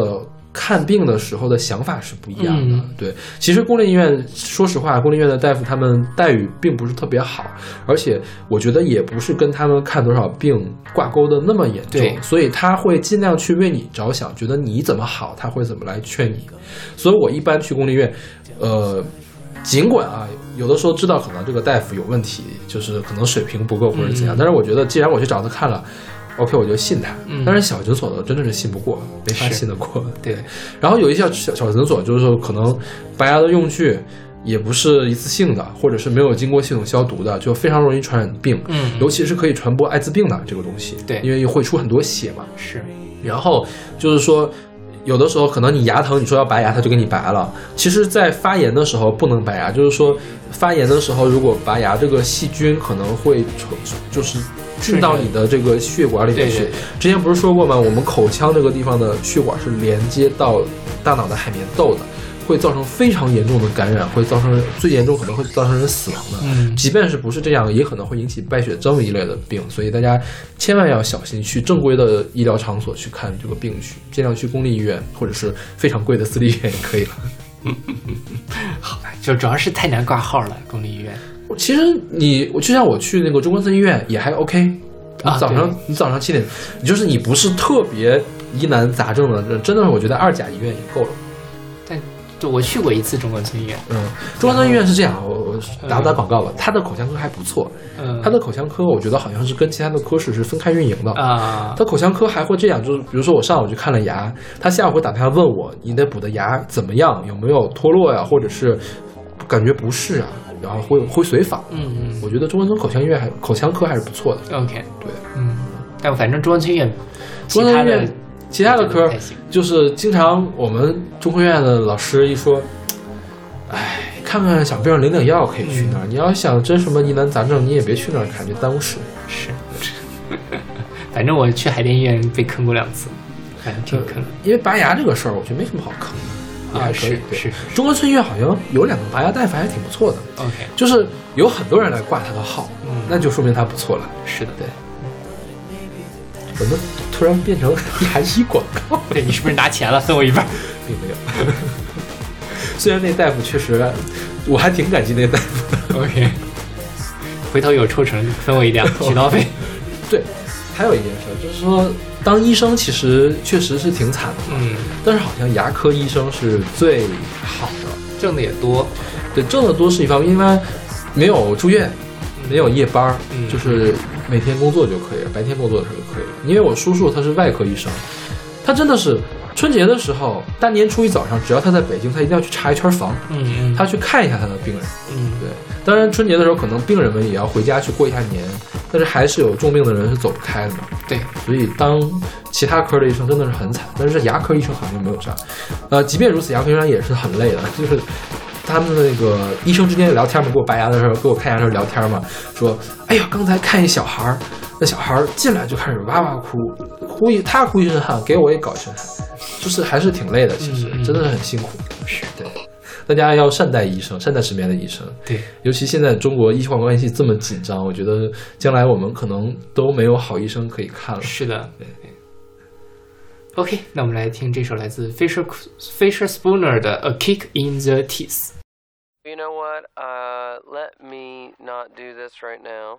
看病的时候的想法是不一样的。 嗯、 对，其实公立医院，说实话，公立医院的大夫他们待遇并不是特别好，而且我觉得也不是跟他们看多少病挂钩的那么严重，所以他会尽量去为你着想，觉得你怎么好，他会怎么来劝你。所以我一般去公立医院，呃。尽管啊，有的时候知道可能这个大夫有问题，就是可能水平不够或者怎样，嗯、但是我觉得既然我去找他看了 ，OK， 我就信他。嗯、但是小诊所的真的是信不过，没法信得过。 对。 然后有一些小小诊所，就是说可能拔牙的用具也不是一次性的，或者是没有经过系统消毒的，就非常容易传染病。嗯。尤其是可以传播艾滋病的这个东西。 对。 因为会出很多血嘛。 是。 然后就是说。有的时候可能你牙疼，你说要拔牙，他就给你拔了。其实，在发炎的时候不能拔牙，就是说发炎的时候，如果拔牙，这个细菌可能会就是进到你的这个血管里面去。之前不是说过吗？我们口腔这个地方的血管是连接到大脑的海绵窦的，会造成非常严重的感染，会造成最严重可能会造成人死亡的。嗯，即便是不是这样，也可能会引起败血症一类的病，所以大家千万要小心，去正规的医疗场所去看这个病去，尽量去公立医院或者是非常贵的私立医院也可以了。 好吧，就主要是太难挂号了，公立医院。 其实你就像我去那个中关村医院也还 OK， 你早上、啊、你早上七点，你就是你不是特别疑难杂症的，真的是我觉得二甲医院也够了。 但就我去过一次中关村医院， 嗯，中关村医院是这样，我我打不打广告吧？他、嗯、的口腔科还不错，嗯，他的口腔科我觉得好像是跟其他的科室是分开运营的啊。他口腔科还会这样，就是比如说我上午去看了牙，他下午会打电话问我你的补的牙怎么样，有没有脱落呀，或者是感觉不适啊，然后会会随访。嗯嗯，我觉得中关村口腔医院还口腔科还是不错的。 OK， 对， 嗯，但反正中关村医院， 中关村医院。其他的科就是经常我们中科院的老师一说，哎，看看小病领领药可以去那儿、嗯。你要想真什么疑难杂症，你也别去那儿看，就耽误事。 是，反正我去海淀医院被坑过两次，反正挺坑的。 因为拔牙这个事儿，我觉得没什么好坑的，也还可以。 是是。 中关村医院好像有两个拔牙大夫，还挺不错的。 OK， 就是有很多人来挂他的号，嗯，那就说明他不错了。 是的， 对。怎么突然变成牙医广告？ 对，你是不是拿钱了分我一半？ 并没有。虽然那大夫确实，我还挺感激那大夫。 OK， 回头有抽成分我一点渠道费。 对，还有一件事就是说，当医生其实确实是挺惨的，嗯，但是好像牙科医生是最好的， 挣的也多。 对，挣的多是一方面，因为没有住院，没有夜班，嗯，就是每天工作就可以了，白天工作的时候就可以了。因为我叔叔他是外科医生，他真的是春节的时候，大年初一早上，只要他在北京，他一定要去查一圈房，嗯嗯，他去看一下他的病人，嗯，对。当然春节的时候，可能病人们也要回家去过一下年，但是还是有重病的人是走不开的嘛， 对。 所以当其他科的医生真的是很惨，但是牙科医生好像没有啥，呃，即便如此，牙科医生也是很累的，就是。他们的那个医生之间聊天嘛，给我拔牙的时候，给我看牙的时候聊天嘛，说，哎呀，刚才看一小孩，那小孩进来就开始哇哇哭，哭一他哭一身汗，给我也搞一身汗，就是还是挺累的，其实、嗯、真的是很辛苦。 是对，大家要善待医生，善待身边的医生。 对， 尤其现在中国医患关系这么紧张，我觉得将来我们可能都没有好医生可以看了。 是的，对。OK， 那我们来听这首来自 Fisher Fisher Spooner 的 A Kick in the Teeth。You know what? Uh, let me not do this right now.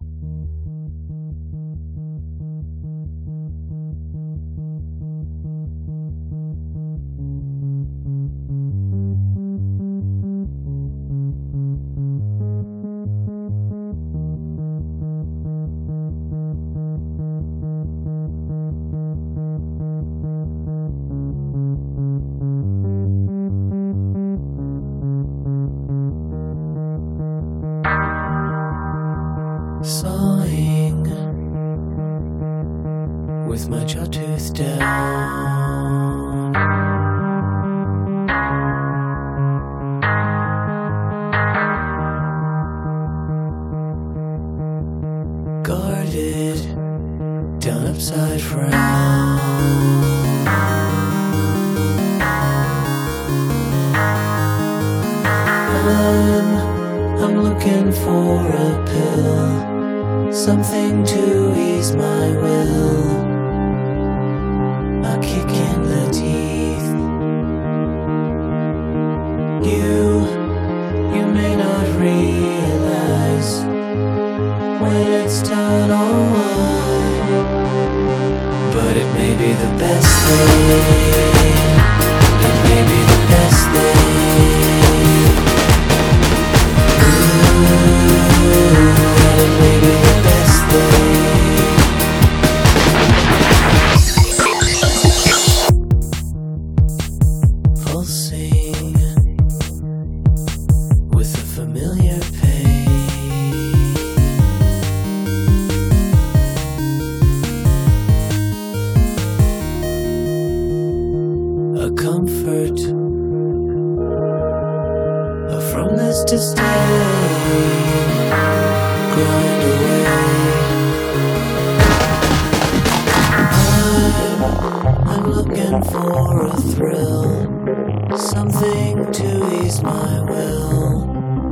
Sawing with my jaw tooth down. Guarded down upside frown. And I'm looking for a pill.Something to ease my will. A kick in the teeth. done, oh why? But it may be the best thing. It may be the best thing. Ooh, and it may be the best thing. Pulsing with a familiar pain. A comfort from this disdain. Grind away. I'm, I'm looking for a thrill, something to ease my will.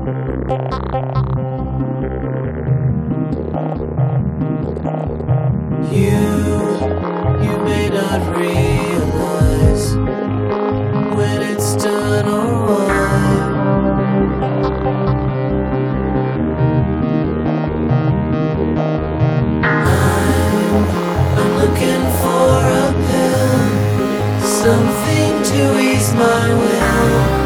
You, you may not realize when it's done or why. I'm, I'm looking for a pill, something to ease my will.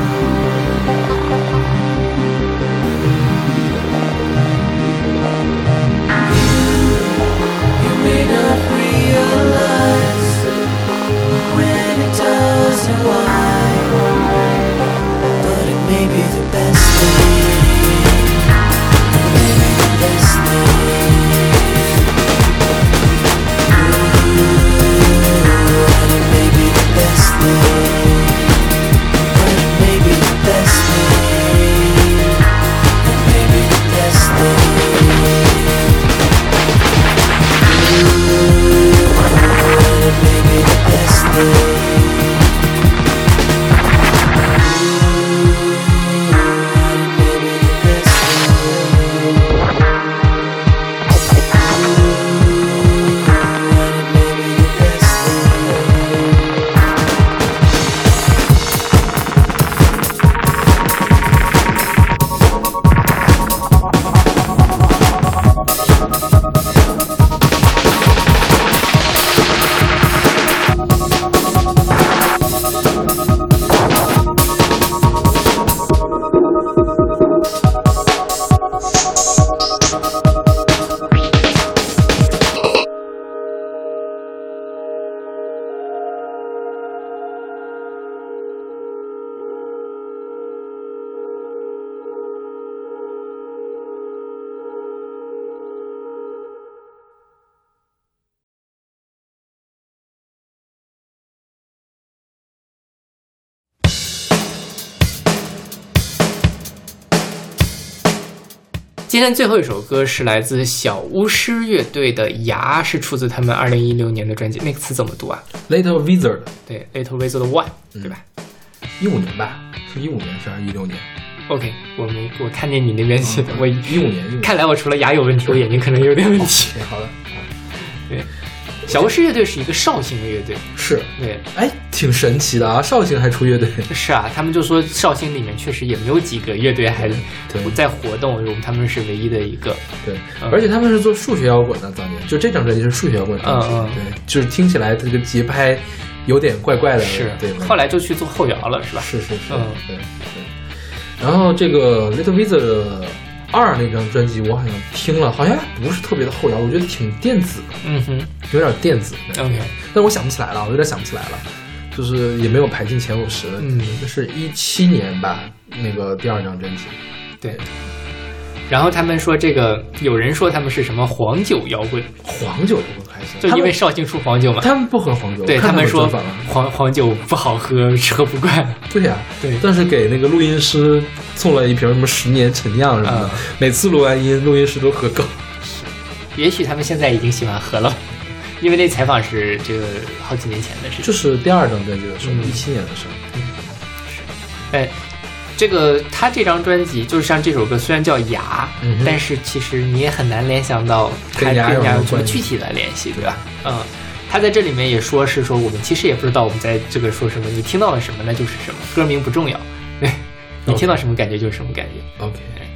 今天最后一首歌是来自小巫师乐队的《牙》，是出自他们二零一六年的专辑。那个词怎么读啊 ？Little Wizard。 对 ，Little Wizard One，、嗯、对吧？ 一五年吧，是一五年是还是一六年 ？OK， 我没我看见你那边写的， 嗯、 我一五年， 看来我除了牙有问题，我眼睛可能有点问题。 哦、好的， 对。小巫师乐队是一个绍兴的乐队， 是对， 哎，挺神奇的啊！绍兴还出乐队， 是啊，他们就说绍兴里面确实也没有几个乐队还在活动，他们是唯一的一个。 对，嗯、而且他们是做数学摇滚的，早年就这张专辑是数学摇滚专辑， 嗯嗯， 对，就是听起来这个节拍有点怪怪的， 是， 对。 后来就去做后摇了，是吧？ 是是是， 嗯， 对对。然后这个 Little Wizard 二那张专辑我好像听了，好像不是特别的后摇，我觉得挺电子的， 嗯哼， 有点电子。 OK， 但我想不起来了，我有点想不起来了，就是也没有排进前五十。 嗯， 这是一七年吧，那个第二张专辑。 对。然后他们说这个，有人说他们是什么黄酒摇滚， 黄酒摇滚还行， 就因为绍兴出黄酒嘛。 他们不喝黄酒， 对他们说黄黄酒不好喝，喝不惯。 对呀、啊， 对。 但是给那个录音师送了一瓶什么十年陈酿什么的，嗯、每次录完音，录音师都喝够。 也许他们现在已经喜欢喝了，因为那采访是这个好几年前的事情， 就是第二张专辑的时候，一七、嗯、年的时候。 嗯，是。哎。这个他这张专辑就是像这首歌，虽然叫牙、嗯，但是其实你也很难联想到它跟牙有什么具体的联系，对吧？嗯，他在这里面也说是说我们其实也不知道我们在这个说什么，你听到了什么那就是什么，歌名不重要，对，你听到什么感觉就是什么感觉。 OK，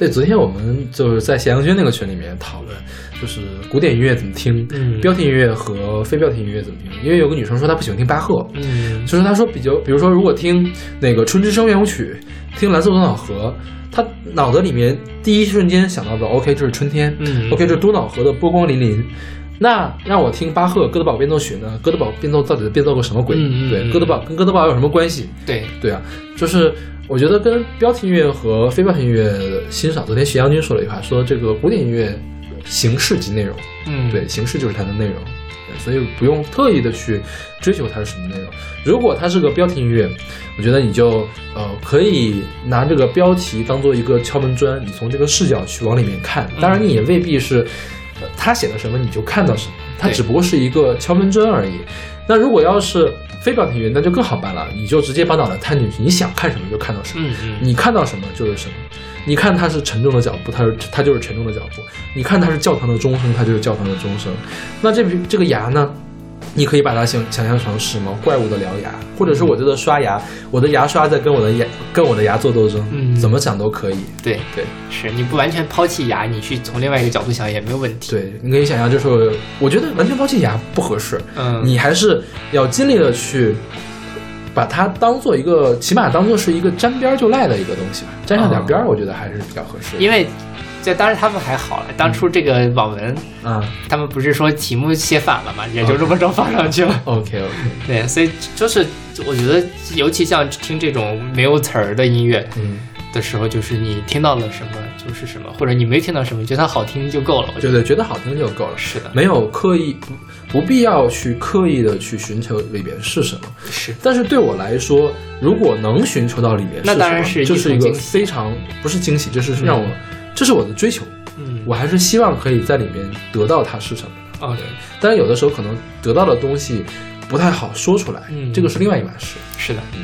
对，昨天我们就是在咸阳君那个群里面讨论，就是古典音乐怎么听， 嗯， 标题音乐和非标题音乐怎么听。因为有个女生说她不喜欢听巴赫， 嗯， 就是她说比较，比如说如果听那个《春之声圆舞曲》，听蓝色多瑙河，她脑子里面第一瞬间想到的 OK 这是春天， 嗯 OK 这是多瑙河的波光粼粼。那让我听巴赫《哥德堡变奏曲》呢？哥德堡变奏到底变奏个什么鬼？ 嗯嗯对，哥德堡跟哥德堡有什么关系？ 对对啊，就是我觉得跟标题音乐和非标题音乐欣赏，昨天徐阳君说了一句话，说这个古典音乐形式即内容， 嗯， 对，形式就是它的内容，对，所以不用特意的去追求它是什么内容。如果它是个标题音乐，我觉得你就呃可以拿这个标题当做一个敲门砖，你从这个视角去往里面看，当然你也未必是。他写的什么你就看到什么，它只不过是一个敲门砖而已。那如果要是非标题音乐，那就更好办了，你就直接把脑袋探进去，你想看什么就看到什么， 嗯嗯， 你看到什么就是什么。你看它是沉重的脚步，它是它就是沉重的脚步；你看它是教堂的钟声，它就是教堂的钟声。那这这个牙呢？你可以把它想想象成什么怪物的獠牙，或者是我觉得刷牙，我的牙刷在跟我的牙跟我的牙做斗争， 嗯， 怎么想都可以。 对对， 是你不完全抛弃牙，你去从另外一个角度想也没有问题。 对，你可以想象，就是我觉得完全抛弃牙不合适， 嗯， 你还是要尽力的去把它当做一个，起码当做是一个沾边就赖的一个东西吧，沾上点边儿，我觉得还是比较合适。 因为这当然他们还好了，当初这个网文， 嗯， 他们不是说题目写反了嘛，也就这么着放上去了。 OK OK， 对，所以就是我觉得，尤其像听这种没有词儿的音乐， 嗯。 的时候，就是你听到了什么就是什么，或者你没听到什么，觉得它好听就够了。我觉得对对，觉得好听就够了。 是的， 没有刻意不不必要去刻意的去寻求里边是什么。 是， 但是对我来说，如果能寻求到里面是什么， 那当然是这是一个非常不是惊喜，这是让我、嗯、这是我的追求。 嗯， 我还是希望可以在里面得到它是什么。 哦， 对，但是有的时候可能得到的东西不太好说出来， 嗯， 这个是另外一码事。 是的， 嗯。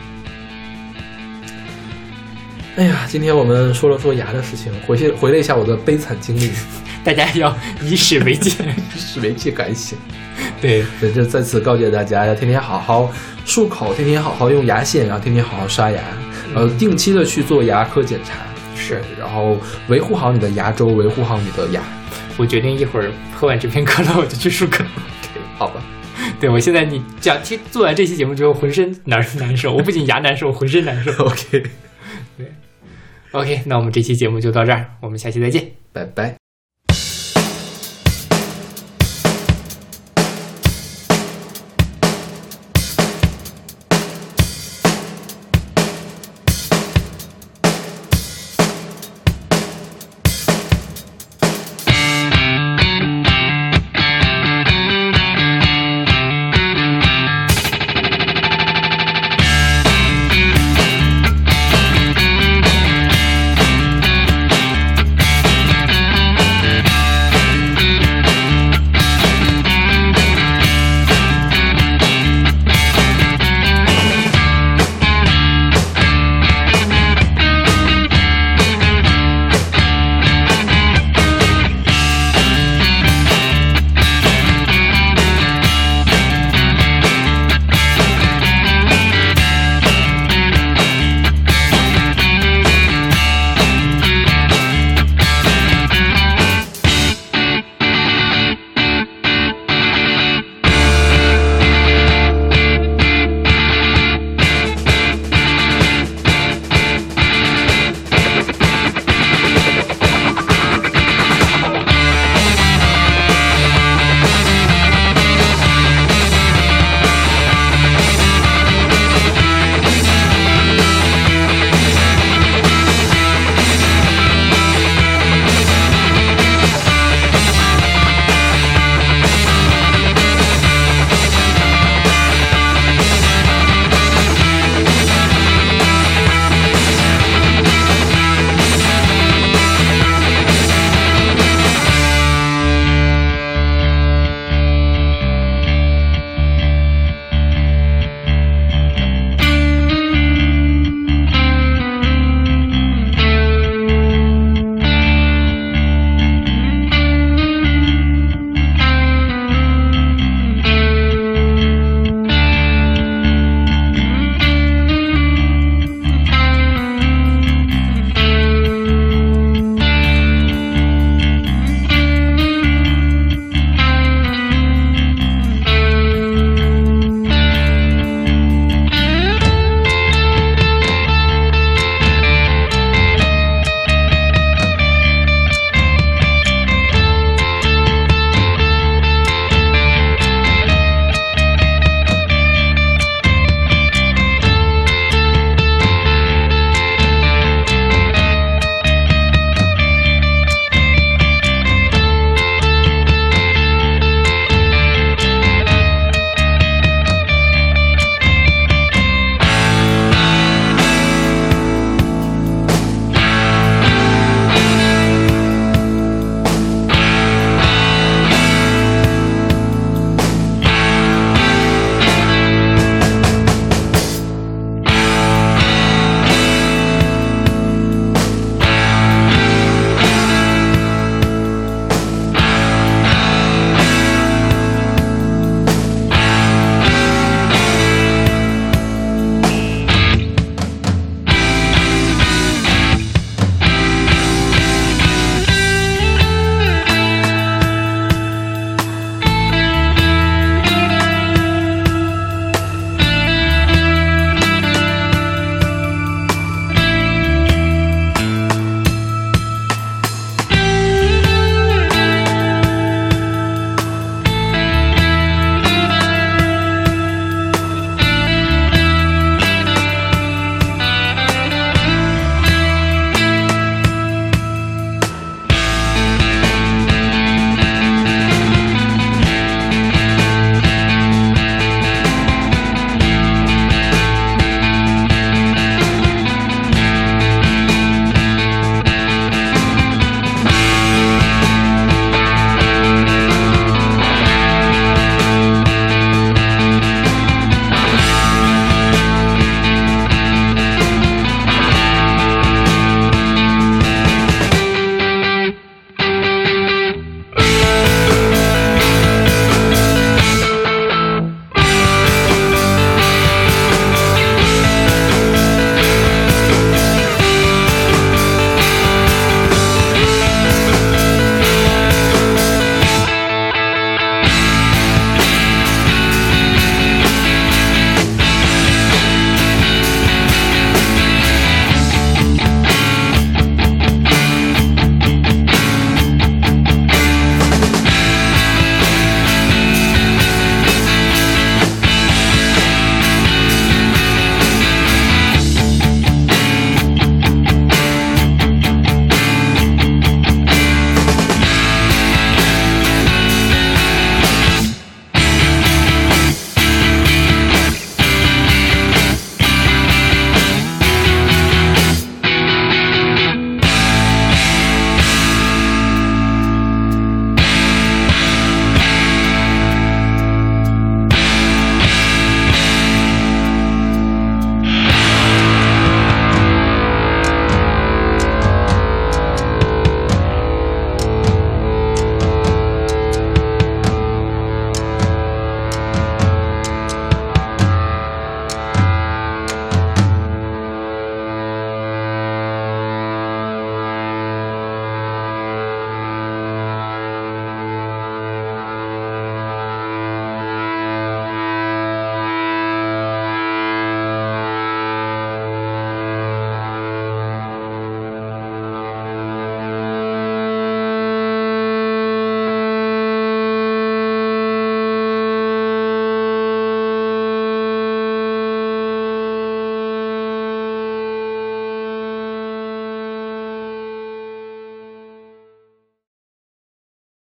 哎呀，今天我们说了说牙的事情，回去回了一下我的悲惨经历， 大家要以史为鉴， 以史为戒改醒。 对， 所以这再次告诫大家，要天天好好漱口，天天好好用牙线，然后天天好好刷牙，呃，定期的去做牙科检查， 是， 然后维护好你的牙周，维护好你的牙。 我决定一会儿喝完这瓶可乐，我就去漱口。 OK， 好吧。 对，我现在你讲听做完这期节目之后，浑身难难受，我不仅牙难受，浑身难受。 OK， 对。OK， 那我们这期节目就到这儿，我们下期再见， 拜拜。